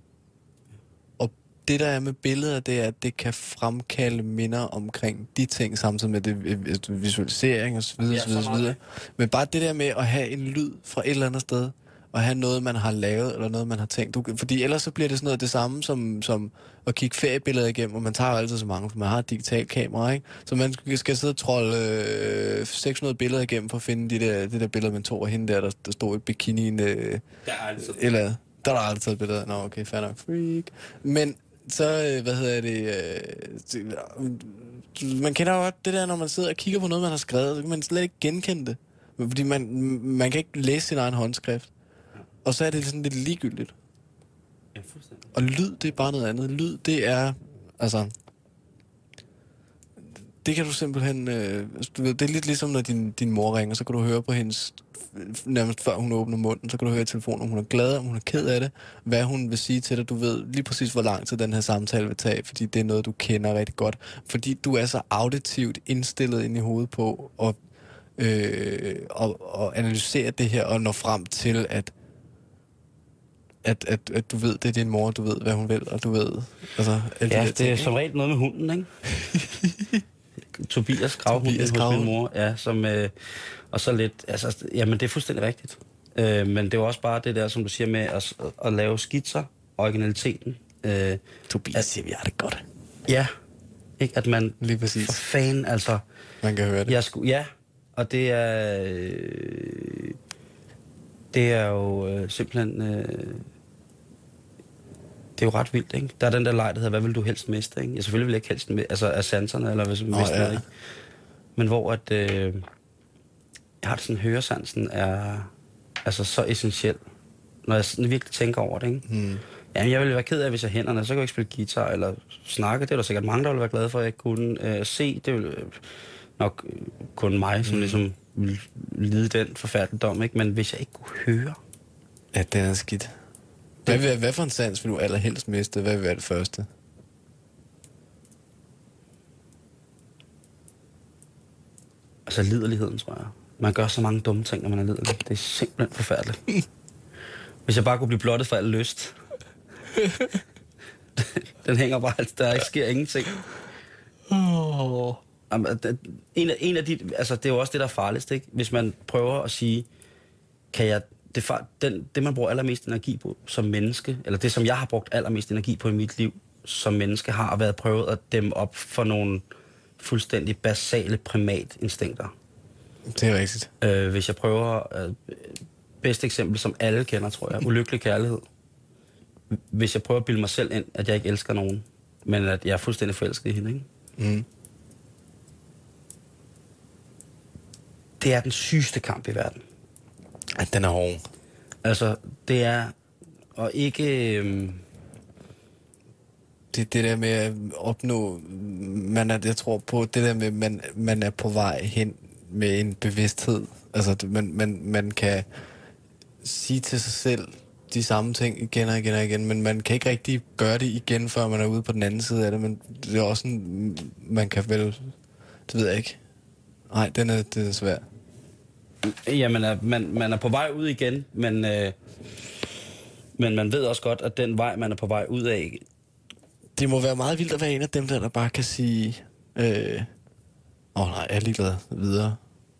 Og det, der er med billeder, det er, at det kan fremkalde minder omkring de ting, samtidig med det visualisering og så videre, ja, så videre, så videre. Men bare det der med at have en lyd fra et eller andet sted, og have noget, man har lavet, eller noget, man har tænkt. Du, fordi ellers så bliver det sådan noget det samme, som, som at kigge feriebilleder igennem, og man tager jo altid så mange, for man har et digitalt kamera, ikke? Så man skal sidde og trolle øh, seks hundrede billeder igennem, for at finde de der, det der billede, man tog, og hende der, der, der stod i bikinien. Øh, der er altid. Eller, der er der aldrig taget billeder. Nå, okay, fair nok. Freak. Men så, hvad hedder det, øh, man kender jo godt det der, når man sidder og kigger på noget, man har skrevet, så kan man slet ikke genkende det. Fordi man, man kan ikke læse sin egen håndskrift. Og så er det sådan lidt ligegyldigt. Ja, fuldstændig. Og lyd, det er bare noget andet. Lyd, det er, altså, det kan du simpelthen, øh, du ved, det er lidt ligesom, når din, din mor ringer, så kan du høre på hendes, nærmest før hun åbner munden, så kan du høre i telefonen, om hun er glad, om hun er ked af det, hvad hun vil sige til dig. Du ved lige præcis, hvor lang tid den her samtale vil tage, fordi det er noget, du kender rigtig godt. Fordi du er så auditivt indstillet ind i hovedet på at, øh, og, og analysere det her, og nå frem til, at At, at, at du ved, det er din mor, du ved, hvad hun vil, og du ved... Altså, alle ja, de det ting, er som regel noget med hunden, ikke? Tobias gravhunden hos Grav. min mor, ja, som... Øh, og så lidt... Altså, jamen, det er fuldstændig rigtigt. Øh, men det er jo også bare det der, som du siger med at, at lave skitser, originaliteten. Øh, Tobias siger, vi har det godt. Ja, ikke? At man... Lige præcis. For fan, altså... Man kan høre det. Jeg sku, ja, og det er... Øh, det er jo øh, simpelthen... Øh, det er jo ret vildt, ikke? Der er den der leg, der hedder, hvad vil du helst miste, ikke? Jeg selvfølgelig vil jeg ikke helst med, altså af sanserne, eller hvis vi Nå, mister ja. det, ikke? Men hvor at, øh, jeg har det sådan, høresansen er altså så essentiel, når jeg sådan virkelig tænker over det, ikke? Hmm. Jamen, jeg ville være ked af, hvis jeg hænderne, så kan jeg ikke spille guitar, eller snakke, det er der sikkert mange, der ville være glade for, at jeg ikke kunne. Øh, se, det vil øh, nok øh, kun mig, som hmm. ligesom vil lide den forfærdeligdom, ikke? Men hvis jeg ikke kunne høre... Ja, det er skidt. Hvad, hvad, hvad for en sans vil du allerhelst miste? Hvad vil være det første? Altså liderligheden, tror jeg. Man gør så mange dumme ting, når man er liderlig. Det er simpelthen forfærdeligt. Hvis jeg bare kunne blive blottet for al lyst. Den hænger bare, der ikke sker ingenting. Oh. En af, en af de, altså det er jo også det, der er farligst, ikke? Hvis man prøver at sige, kan jeg, det, den, det man bruger allermest energi på som menneske, eller det som jeg har brugt allermest energi på i mit liv som menneske, har været prøvet at dæmme op for nogle fuldstændig basale primatinstinkter. Det er rigtigt. Øh, hvis jeg prøver, øh, bedste eksempel, som alle kender, tror jeg, ulykkelig kærlighed. Hvis jeg prøver at bilde mig selv ind, at jeg ikke elsker nogen, men at jeg er fuldstændig forelsket i hende, ikke? Mm. det er den sygeste kamp i verden. Ja, den er hård. Altså, det er... Og ikke... Øhm, Det, det der med at opnå... Man er, jeg tror på det der med, at man, man er på vej hen med en bevidsthed. Altså, det, man, man, man kan sige til sig selv de samme ting igen og igen og igen, men man kan ikke rigtig gøre det igen, før man er ude på den anden side af det. Men det er også sådan, man kan vel... Det ved jeg ikke. Nej, den er, det er svært. Jamen, man, man er på vej ud igen, men, øh, men man ved også godt, at den vej, man er på vej ud af... Det må være meget vildt at være en af dem der, der bare kan sige... Åh øh, oh, nej, jeg er ligeglad videre.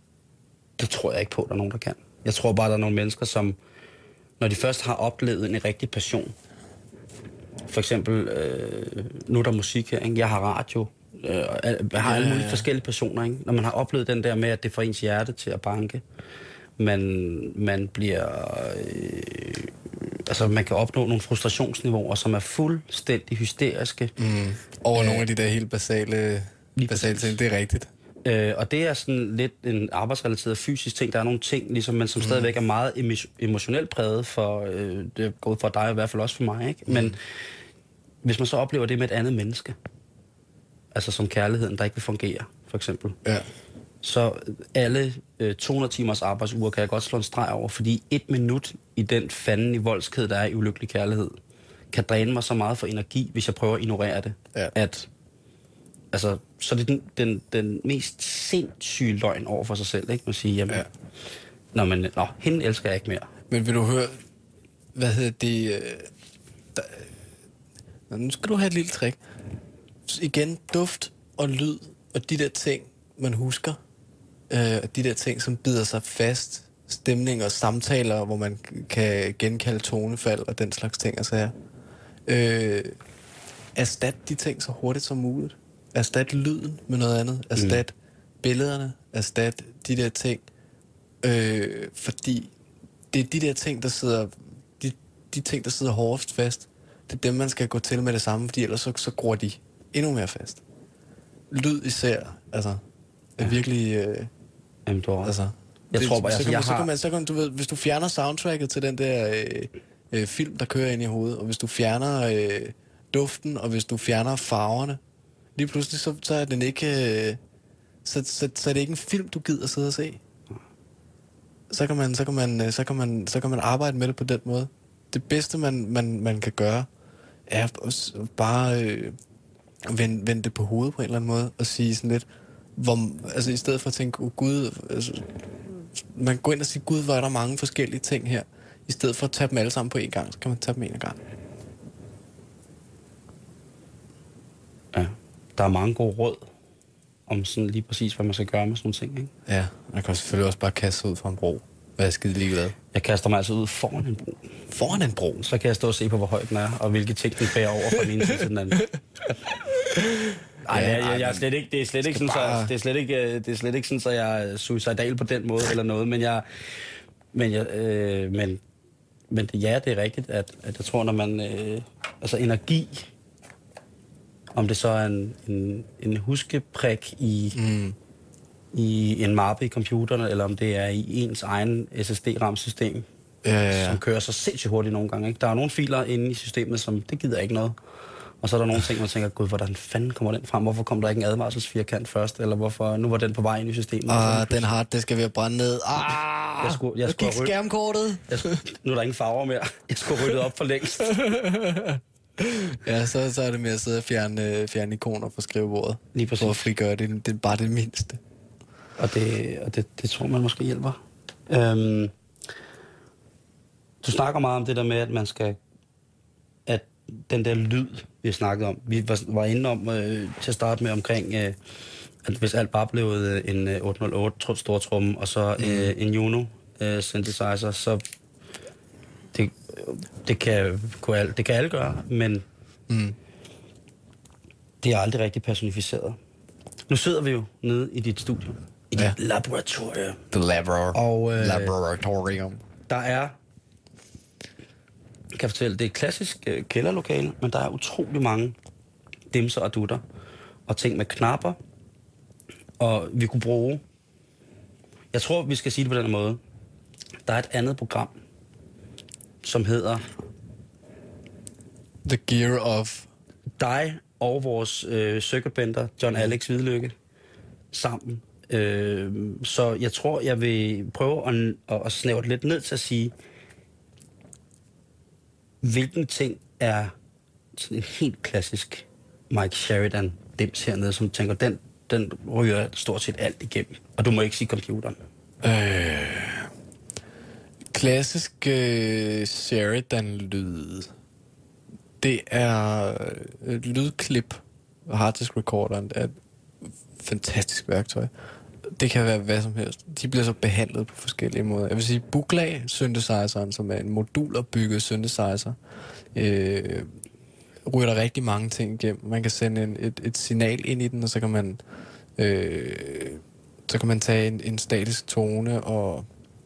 Det tror jeg ikke på, at der er nogen, der kan. Jeg tror bare, der er nogle mennesker, som... Når de først har oplevet en rigtig passion... For eksempel, øh, nu er der musik her, ikke? Jeg har radio... Øh, jeg har alle mulige forskellige passioner, ikke? Når man har oplevet den der med, at det får ens hjerte til at banke, man, man bliver... Øh, altså, man kan opnå nogle frustrationsniveauer, som er fuldstændig hysteriske. Mm. Over øh, nogle af de der helt basale, basale ting, det er rigtigt. Øh, og det er sådan lidt en arbejdsrelateret fysisk ting. Der er nogle ting, ligesom, men som mm. stadigvæk er meget emotionelt præget for... Øh, det er gået for dig, i hvert fald også for mig, ikke? Men mm. hvis man så oplever det med et andet menneske, altså som kærligheden, der ikke vil fungere, for eksempel. Ja. Så alle øh, to hundrede timers arbejdsuger kan jeg godt slå en streg over, fordi et minut i den fanden i voldsked, der er i ulykkelig kærlighed, kan dræne mig så meget for energi, hvis jeg prøver at ignorere det. Ja. At, altså, så er det den, den, den mest sindssyge løgn over for sig selv, ikke? Man siger, jamen, ja. nå, men, nå, hende elsker jeg ikke mere. Men vil du høre, hvad hedder det, øh, der, nu skal du have et lille trick. Igen, duft og lyd og de der ting, man husker. Øh, og de der ting, som bider sig fast. Stemning og samtaler, hvor man kan genkalde tonefald og den slags ting. Altså, øh, erstat de ting så hurtigt som muligt. Erstat lyden med noget andet. Erstat mm. billederne. Erstat de der ting. Øh, fordi det er de der ting, der sidder... De, de ting, der sidder hårdest fast. Det er dem, man skal gå til med det samme, fordi ellers så, så gror de endnu mere fast. Lyd især, altså, er ja. virkelig... Øh, Jamen, du har... altså, jeg det, tror bare, så, altså, kan, jeg så, har... kan man, så kan du ved, hvis du fjerner soundtracket til den der øh, øh, film, der kører ind i hovedet, og hvis du fjerner øh, duften, og hvis du fjerner farverne, lige pludselig, så, så er den ikke... Øh, så, så, så er det ikke en film, du gider sidde og se. Så kan man, så kan man, så kan man, så kan man arbejde med det på den måde. Det bedste, man, man, man kan gøre, er bare øh, vende, vende det på hovedet på en eller anden måde, og sige sådan lidt, hvor, altså i stedet for at tænke, oh, Gud, altså, man går ind og siger, Gud, hvor er der mange forskellige ting her, i stedet for at tage dem alle sammen på en gang, så kan man tage dem en gang. Ja, der er mange gode råd om sådan lige præcis, hvad man skal gøre med sådan nogle ting, ikke? Ja, man kan selvfølgelig også bare kaste sig ud fra en bro. Hvad er skide ligeglad? Jeg kaster mig altså ud foran en bro. Foran en bro? Så kan jeg stå og se på, hvor høj den er, og hvilke ting den bærer over fra den ene side til den anden. Ej, ja, jeg, jeg, jeg er slet ikke, det er slet ikke sådan, bare... så, det er slet ikke, det er slet ikke sådan, så jeg er suicidal på den måde eller noget, men jeg, men jeg, øh, men, men det, ja, det er rigtigt, at, at jeg tror, når man, øh, altså energi, om det så er en, en, en huskeprik i, mm. i en mappe i computeren, eller om det er i ens egen S S D-RAM-system, ja, ja, ja. som kører så sindssygt hurtigt nogle gange. Ikke? Der er nogle filer inde i systemet, som det gider ikke noget. Og så er der nogle ting, man tænker, gud, hvordan fanden kommer den frem? Hvorfor kom der ikke en advarselsfirkant først? Eller hvorfor nu var den på vej ind i systemet? Ah, den har det skal vi have brændt ned. Ah, jeg skulle, jeg skulle gik skærmkortet. Jeg skulle, nu er der ingen farver mere. Jeg skulle ryddet op for længst. Ja, så, så er det med at sidde og fjerne, fjerne ikoner på skrivebordet. Lige præcis. For at frigøre det. Det er bare det mindste. Og det, og det, det tror man måske hjælper. Øhm, du snakker meget om det der med, at man skal... At den der lyd, vi har snakket om... Vi var, var inde om øh, til at starte med omkring... Øh, at hvis alt bare blev øh, en øh, otte nul otte stortrumme, og så øh, mm. en Juno øh, synthesizer, så... Det, det, kan, kunne alle, det kan alle gøre, men... Mm. Det er aldrig rigtig personificeret. Nu sidder vi jo nede i dit studie. I dit ja. laboratorium. The labor- og, øh, laboratorium. Der er... Jeg kan fortælle, det er et klassisk øh, kælderlokale, men der er utrolig mange dimser og dutter. Og ting med knapper. Og vi kunne bruge... Jeg tror, vi skal sige det på den måde. Der er et andet program, som hedder... The Gear of... Dig og vores øh, circuitbender, John Alex Hvidlykke, sammen. Øh, så jeg tror, jeg vil prøve at, at, at snævre det lidt ned til at sige, hvilken ting er sådan en helt klassisk Mike Sheridan dims hernede, som tænker, den, den ryger stort set alt igennem. Og du må ikke sige computeren. Øh, klassisk øh, Sheridan-lyd. Det er et lydklip. Harddisk recorderen er et fantastisk værktøj. Det kan være hvad som helst. De bliver så behandlet på forskellige måder. Jeg vil sige, Buchla synthesizeren, som er en modulopbygget synthesizer, øh, ryger der rigtig mange ting igennem. Man kan sende en, et, et signal ind i den, og så kan man øh, så kan man tage en, en statisk tone, og,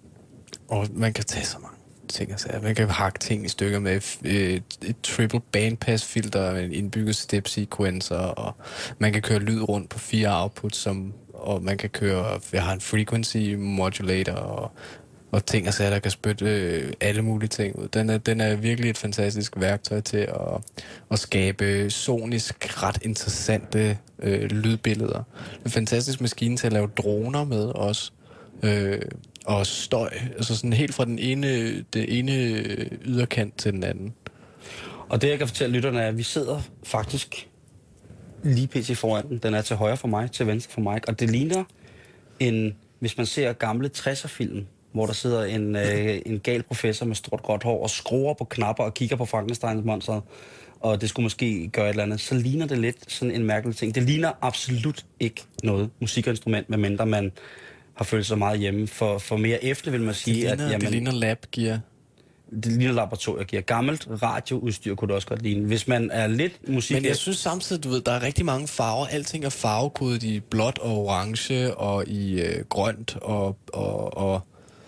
og man kan tage så mange ting. Altså, man kan hakke ting i stykker med et, et triple bandpass filter, en indbygget step sequencer, og man kan køre lyd rundt på fire outputs, som, og man kan køre, jeg har en frequency modulator, og, og ting og sager, der kan spytte øh, alle mulige ting ud. Den er, den er virkelig et fantastisk værktøj til at, at skabe sonisk ret interessante øh, lydbilleder. En fantastisk maskine til at lave droner med også. Øh, og støj, altså sådan helt fra den ene, det ene yderkant til den anden. Og det, jeg kan fortælle lytterne, er, at vi sidder faktisk lige pt. Foran den. Den er til højre for mig, til venstre for mig. Og det ligner en, hvis man ser gamle tresser-film, hvor der sidder en, øh, en gal professor med stort gråt hår og skruer på knapper og kigger på Frankensteins monster, og det skulle måske gøre et eller andet, så ligner det lidt sådan en mærkelig ting. Det ligner absolut ikke noget musikinstrument, medmindre man har følt sig meget hjemme. For, for mere efter vil man sige, det ligner, at... Jamen, det ligner labgear. Det ligner laboratoriegear. Gammelt radioudstyr kunne det også godt ligne. Hvis man er lidt musik... Men jeg synes samtidig, du ved, der er rigtig mange farver. Alting er farvekodet i blåt og orange og i øh, grønt, og, og, og,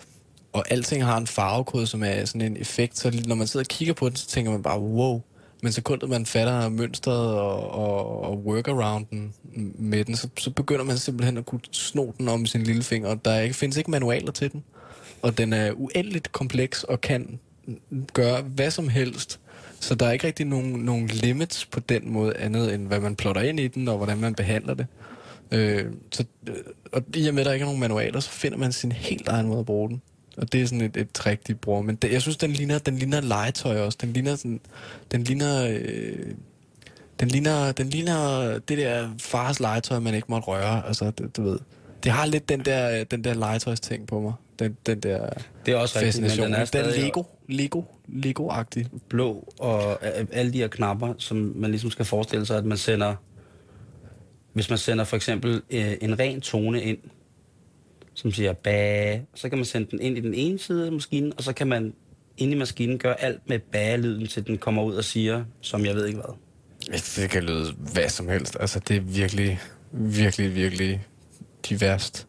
og alting har en farvekode, som er sådan en effekt. Så når man sidder og kigger på den, så tænker man bare, wow. Men sekundet man fatter mønstret og, og, og workarounden med den, så, så begynder man simpelthen at kunne sno den om sin lille finger. Der er ikke, findes ikke manualer til den. Og den er uendeligt kompleks og kan gøre hvad som helst. Så der er ikke rigtig nogen, nogen limits på den måde, andet end hvad man plotter ind i den, og hvordan man behandler det. Øh, så, og i og med, at der ikke er nogen manualer, så finder man sin helt egen måde at bruge den. Og det er sådan et, et trick, de bruger. Men det, jeg synes, den ligner, den ligner legetøj også. Den ligner sådan, den ligner, øh, den ligner, den ligner det der fars legetøj, man ikke måtte røre. Altså, det, du ved. Det har lidt den der, den der legetøjsting på mig. Den, den der det er også fascination. Rigtigt, men den er den Lego, Lego, Lego-agtig. Blå og alle de her knapper, som man ligesom skal forestille sig, at man sender, hvis man sender for eksempel øh, en ren tone ind, som siger bæ, så kan man sende den ind i den ene side af maskinen, og så kan man inde i maskinen gøre alt med bæ-lyden, til den kommer ud og siger, som jeg ved ikke hvad. Det kan lyde hvad som helst. Altså, det er virkelig, virkelig, virkelig diverst.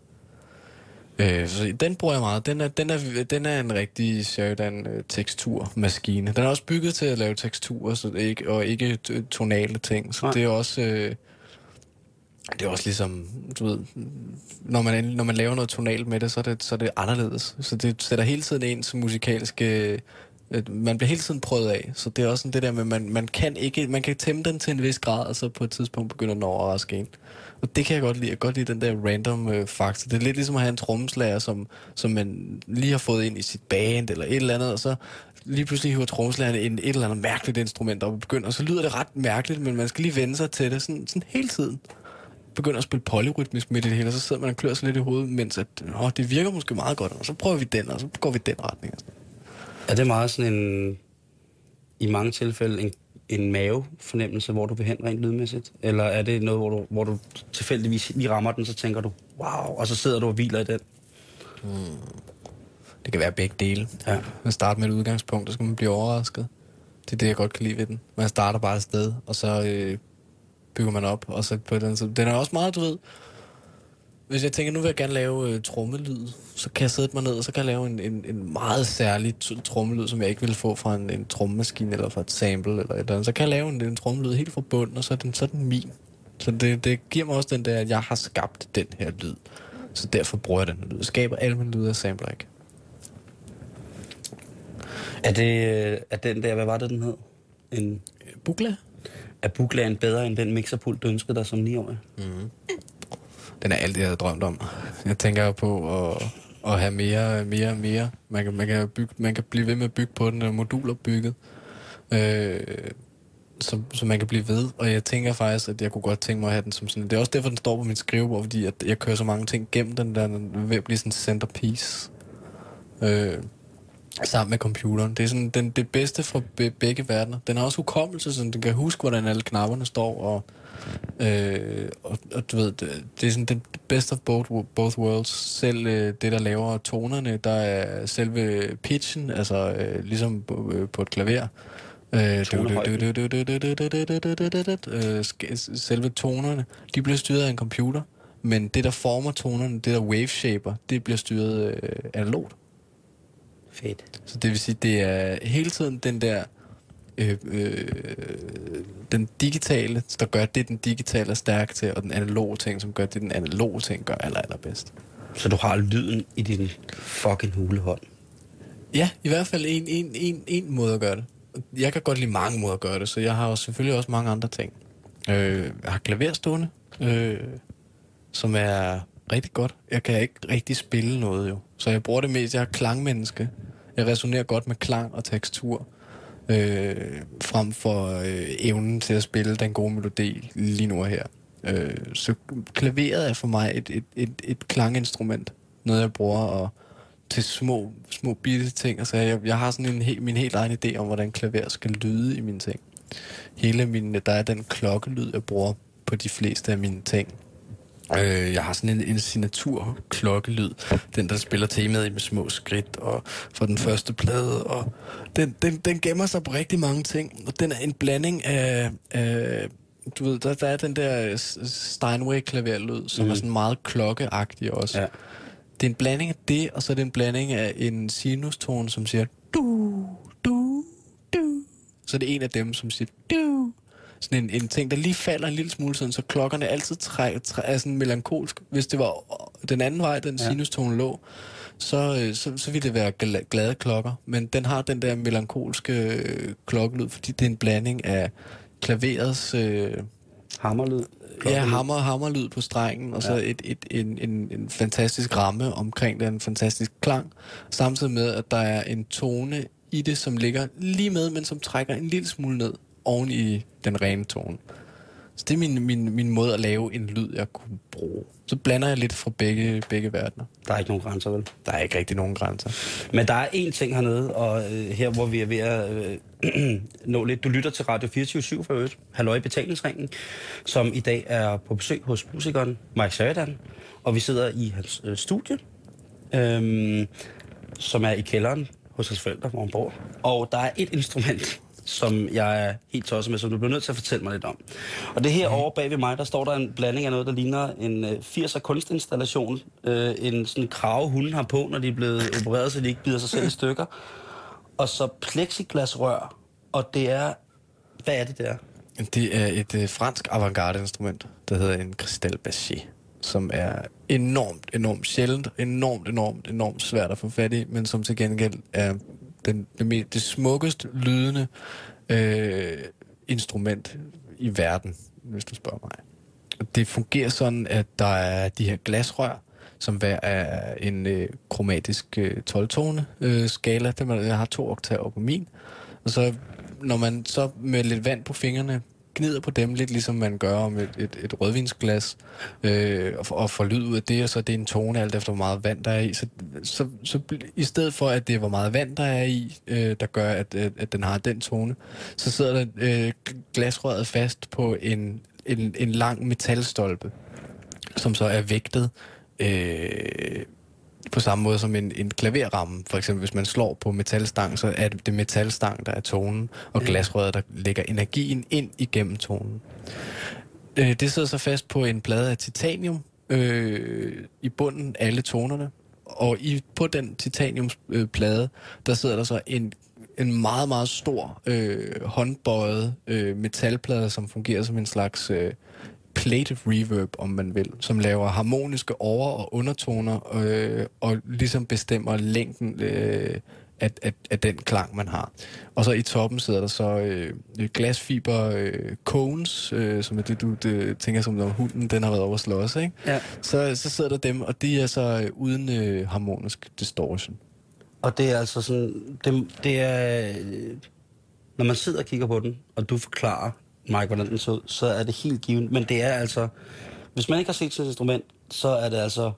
Øh, så den bruger jeg meget. Den er, den er, den er en rigtig Sheridan øh, teksturmaskine. Den er også bygget til at lave teksturer, så det ikke, og ikke tonale ting. Så Nej. det er også... Øh, det er også ligesom, du ved, når man, når man laver noget tonalt med det, så er det, så er det anderledes. Så det sætter hele tiden ens musikalske... Man bliver hele tiden prøvet af. Så det er også sådan det der med, man, man kan ikke... Man kan tæmme den til en vis grad, og så på et tidspunkt begynder den at overraske en. Og det kan jeg godt lide. Jeg kan godt lide den der random øh, faktor. Det er lidt ligesom at have en trommeslager, som, som man lige har fået ind i sit band, eller et eller andet, og så lige pludselig hiver trommeslageren ind et eller andet mærkeligt instrument op og begynder, og så lyder det ret mærkeligt, men man skal lige vende sig til det sådan, sådan hele tiden. Begynder at spille polyrytmisk midt i det hele, og så sidder man og klør sig lidt i hovedet, mens at, åh, det virker måske meget godt, og så prøver vi den, og så går vi den retning. Er det meget sådan en, i mange tilfælde, en, en mavefornemmelse, hvor du vil hen rent lydmæssigt? Eller er det noget, hvor du, hvor du tilfældigvis lige rammer den, så tænker du, wow, og så sidder du og hviler i den? Hmm. Det kan være begge dele. Ja. Man starter med et udgangspunkt, og så skal man blive overrasket. Det er det, jeg godt kan lide ved den. Man starter bare et sted, og så... Øh, bygger man op, og så på den. Så den er også meget, du ved, hvis jeg tænker, nu vil jeg gerne lave øh, trommelyd, så kan jeg sætte mig ned, og så kan jeg lave en, en, en meget særlig trommelyd, som jeg ikke ville få fra en, en trommemaskine, eller fra et sample, eller et eller andet. Så kan jeg lave en, en trommelyd helt fra bunden, og så er den, så er den min. Så det, det giver mig også den der, at jeg har skabt den her lyd. Så derfor bruger jeg den lyd. Jeg skaber alle mine lyde, jeg sampler ikke. Er det er den der, hvad var det, den hed? En Bugla? Er Buglaen bedre end den mixerpult, du ønskede dig som niårig? Mm. Den er alt det, jeg havde drømt om. Jeg tænker på at, at have mere, mere, mere. Man kan, man, kan bygge, man kan blive ved med at bygge på den, og moduler bygget. Øh, så, så man kan blive ved. Og jeg tænker faktisk, at jeg kunne godt tænke mig at have den som sådan. Det er også derfor, den står på min skrivebord, fordi at jeg kører så mange ting gennem den, der den er ved at blive sådan en centerpiece. Øh, sammen med computeren. Det er sådan den, det bedste fra be, begge verdener. Den har også hukommelse, så den kan huske, hvordan alle knapperne står, og, øh, og, og du ved, det, det er sådan den bedste af both, both worlds. Selv øh, det, der laver tonerne, der er selve pitchen, altså øh, ligesom på, øh, på et klaver. Øh, selve tonerne, de bliver styret af en computer, men det, der former tonerne, det der wave shaper, det bliver styret øh, analogt. Fedt. Så det vil sige, det er hele tiden den der øh, øh, den digitale, der gør det, den digitale er stærk til, og den analoge ting, som gør det, den analoge ting gør aller, allerbedst. Så du har lyden i din fucking hulehånd? Ja, i hvert fald en, en, en, en måde at gøre det. Jeg kan godt lide mange måder at gøre det, så jeg har også, selvfølgelig også mange andre ting. Øh, jeg har klaver stående, øh, som er rigtig godt. Jeg kan ikke rigtig spille noget jo, så jeg bruger det mest. Jeg er klangmenneske. Jeg resonerer godt med klang og tekstur, øh, frem for øh, evnen til at spille den gode melodi lige nu og her. Øh, så klaveret er for mig et, et, et, et klanginstrument. Noget jeg bruger og, til små, små bitte ting. Altså, jeg, jeg har sådan en he, min helt egen idé om, hvordan klaver skal lyde i mine ting. Hele min, der er den klokkelyd, jeg bruger på de fleste af mine ting. Øh, jeg har sådan en, en signatur klokkelyd, den der spiller temaet i med små skridt, og for den første plade, og den, den, den gemmer sig på rigtig mange ting, og den er en blanding af, af du ved, der, der er den der Steinway-klaverlyd, som mm. er sådan meget klokkeagtig også. Ja. Det er en blanding af det, og så er det en blanding af en sinustone, som siger du, du, du. Så det er en af dem, som siger du. Sådan en, en ting, der lige falder en lille smule sådan, så klokkerne altid træ, træ, er sådan melankolsk. Hvis det var den anden vej, den ja. sinustone lå, så, så, så ville det være glade klokker. Men den har den der melankolske øh, klokkelyd, fordi det er en blanding af klaverets Øh, hammerlyd. Ja, hammer, hammerlyd på strengen, og så ja. et, et, en, en, en fantastisk ramme omkring det, en fantastisk klang. Samtidig med, at der er en tone i det, som ligger lige med, men som trækker en lille smule ned oven i den rene tone. Så det er min, min, min måde at lave en lyd, jeg kunne bruge. Så blander jeg lidt fra begge, begge verdener. Der er ikke nogen grænser, vel? Der er ikke rigtig nogen grænser. Men der er én ting hernede, og øh, her hvor vi er ved at øh, nå lidt. Du lytter til Radio fireogtyve syv for øvrigt, Halløj i Betalingsringen, som i dag er på besøg hos musikeren Mike Sheridan. Og vi sidder i hans øh, studie, øh, som er i kælderen hos hans forældre, hvor han bor. Og der er et instrument, som jeg er helt tosset med, som du bliver nødt til at fortælle mig lidt om. Og det her mm. over bag ved mig, der står der en blanding af noget, der ligner en øh, firser kunstinstallation. Øh, en sådan krave, hunden har på, når de er blevet opereret, så de ikke bider sig selv i stykker. Og så plexiglasrør. Og det er... Hvad er det der? Det er et øh, fransk avantgarde-instrument, der hedder en Cristal Bachet, som er enormt, enormt sjældent, enormt, enormt, enormt svært at få fat i, men som til gengæld er den, det, det smukkest lydende øh, instrument i verden, hvis du spørger mig. Det fungerer sådan, at der er de her glasrør, som hver er en øh, kromatisk øh, tolv-tone øh, skala. Jeg har to oktaver på min. Og så når man så med lidt vand på fingrene gnider på dem, lidt ligesom man gør med et, et, et rødvinsglas, øh, og, og får lyd ud af det, og så er det en tone, alt efter hvor meget vand der er i. Så, så, så i stedet for, at det er hvor meget vand der er i, øh, der gør, at, at, at den har den tone, så sidder der øh, glasrøret fast på en, en, en lang metalstolpe, som så er vægtet øh, på samme måde som en, en klaverramme. For eksempel, hvis man slår på metalstang, så er det, det metalstang, der er tonen, og glasrøret, der lægger energien ind igennem tonen. Øh, det sidder så fast på en plade af titanium øh, i bunden, alle tonerne. Og i, på den titaniumsplade, øh, der sidder der så en, en meget, meget stor øh, håndbøjet øh, metalplade, som fungerer som en slags øh, plated reverb, om man vil, som laver harmoniske over- og undertoner, øh, og ligesom bestemmer længden øh, af, af, af den klang, man har. Og så i toppen sidder der så øh, glasfiber øh, cones, øh, som er det, du det, tænker som, når hunden den har været over at slås, ikke? Ja. Så, så sidder der dem, og de er så øh, uden øh, harmonisk distortion. Og det er altså sådan, det, det er, øh, når man sidder og kigger på den, og du forklarer, Mike, hvordan den så ud, så er det helt givet. Men det er altså, hvis man ikke har set sit instrument, så er det altså,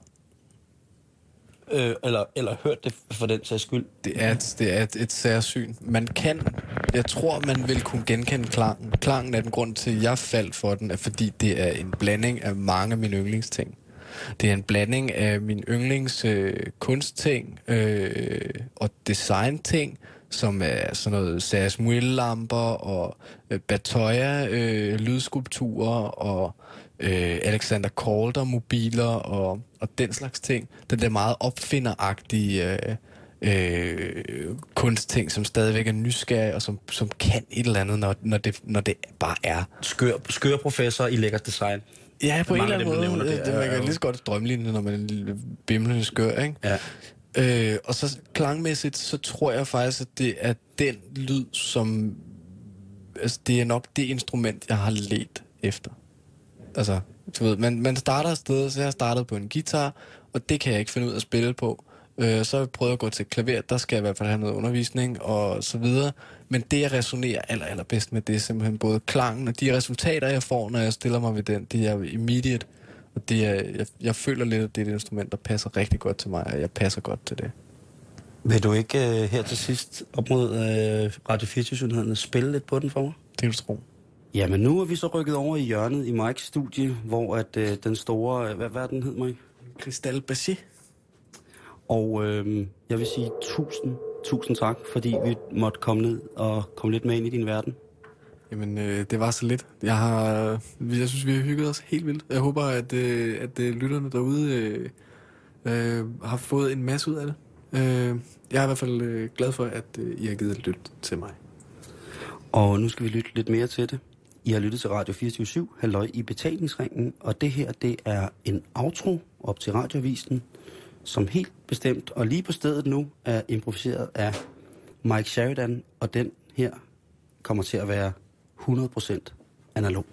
øh, eller, eller hørt det for den sags skyld. Det er et, det er et, et særsyn. Man kan, jeg tror, man vil kunne genkende klangen. Klangen er den grund til, at jeg faldt for den, er fordi det er en blanding af mange af mine yndlingsting. Det er en blanding af min yndlings øh, kunstting øh, og designting, som er sådan noget Serge Mouille-lamper og øh, Batoya øh, lydskulpturer og øh, Alexander Calder mobiler og, og den slags ting. Den der meget opfinderagtige øh, øh, kunstting, som stadigvæk er nysgerrig og som, som kan et eller andet, når, når, det, når det bare er. Skør, skør professor i lækkert design. Ja, på en eller anden måde. Nævner, det, det, man kan lige så godt drømmelinje, når man er en lille bimlende skør, ikke? Ja. Øh, og så klangmæssigt, så tror jeg faktisk, at det er den lyd, som... Altså, det er nok det instrument, jeg har let efter. Altså, du ved, man, man starter et sted, så jeg har startet på en guitar, og det kan jeg ikke finde ud af at spille på. Øh, så har jeg prøvet at gå til klaver, der skal jeg i hvert fald have noget undervisning, og så videre. Men det, jeg resonerer aller, allerbedst med, det er simpelthen både klangen, og de resultater, jeg får, når jeg stiller mig ved den, det er immediate. Og det er, jeg, jeg føler lidt, at det er et instrument, der passer rigtig godt til mig, og jeg passer godt til det. Vil du ikke uh, her til sidst op mod uh, Radio fireogtyve spille lidt på den for mig? Det kan du tro. Jamen nu er vi så rykket over i hjørnet i Mikes studie, hvor at uh, den store... Uh, hvad, hvad den hed, Mike? Cristal Bassi. Og uh, jeg vil sige tusind, tusind tak, fordi vi måtte komme ned og komme lidt med ind i din verden. Jamen, øh, det var så lidt. Jeg har, jeg synes, vi har hygget os helt vildt. Jeg håber, at, øh, at øh, lytterne derude øh, øh, har fået en masse ud af det. Øh, jeg er i hvert fald øh, glad for, at øh, I har givet et lyt til mig. Og nu skal vi lytte lidt mere til det. I har lyttet til Radio fireogtyve syv, halløj i betalingsringen, og det her, det er en outro op til Radioavisen, som helt bestemt og lige på stedet nu er improviseret af Mike Sheridan, og den her kommer til at være hundrede procent analog.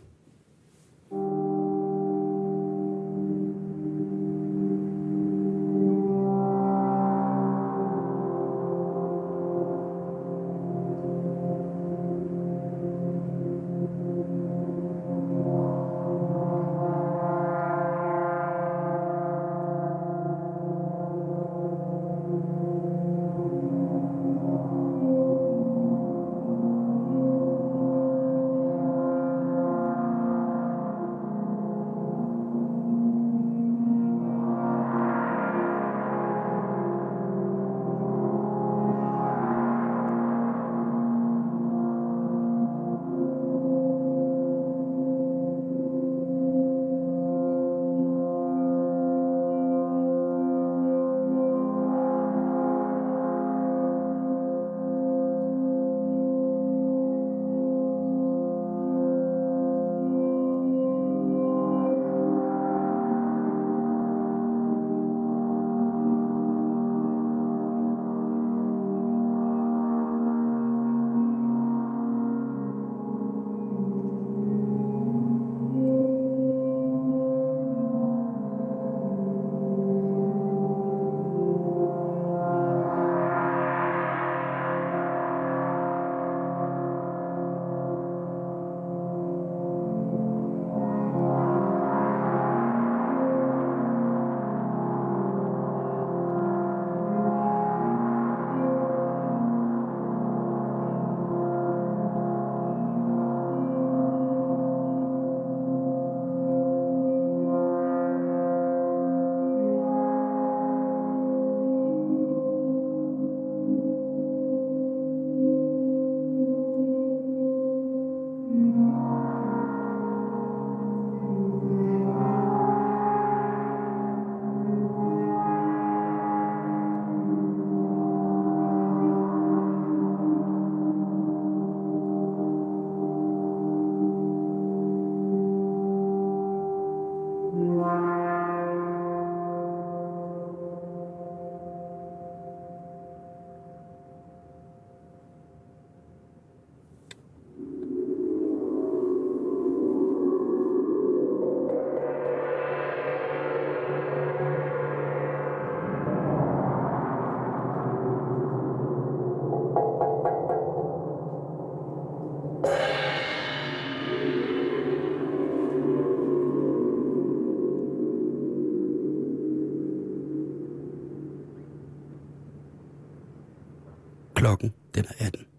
Klokken, den er atten.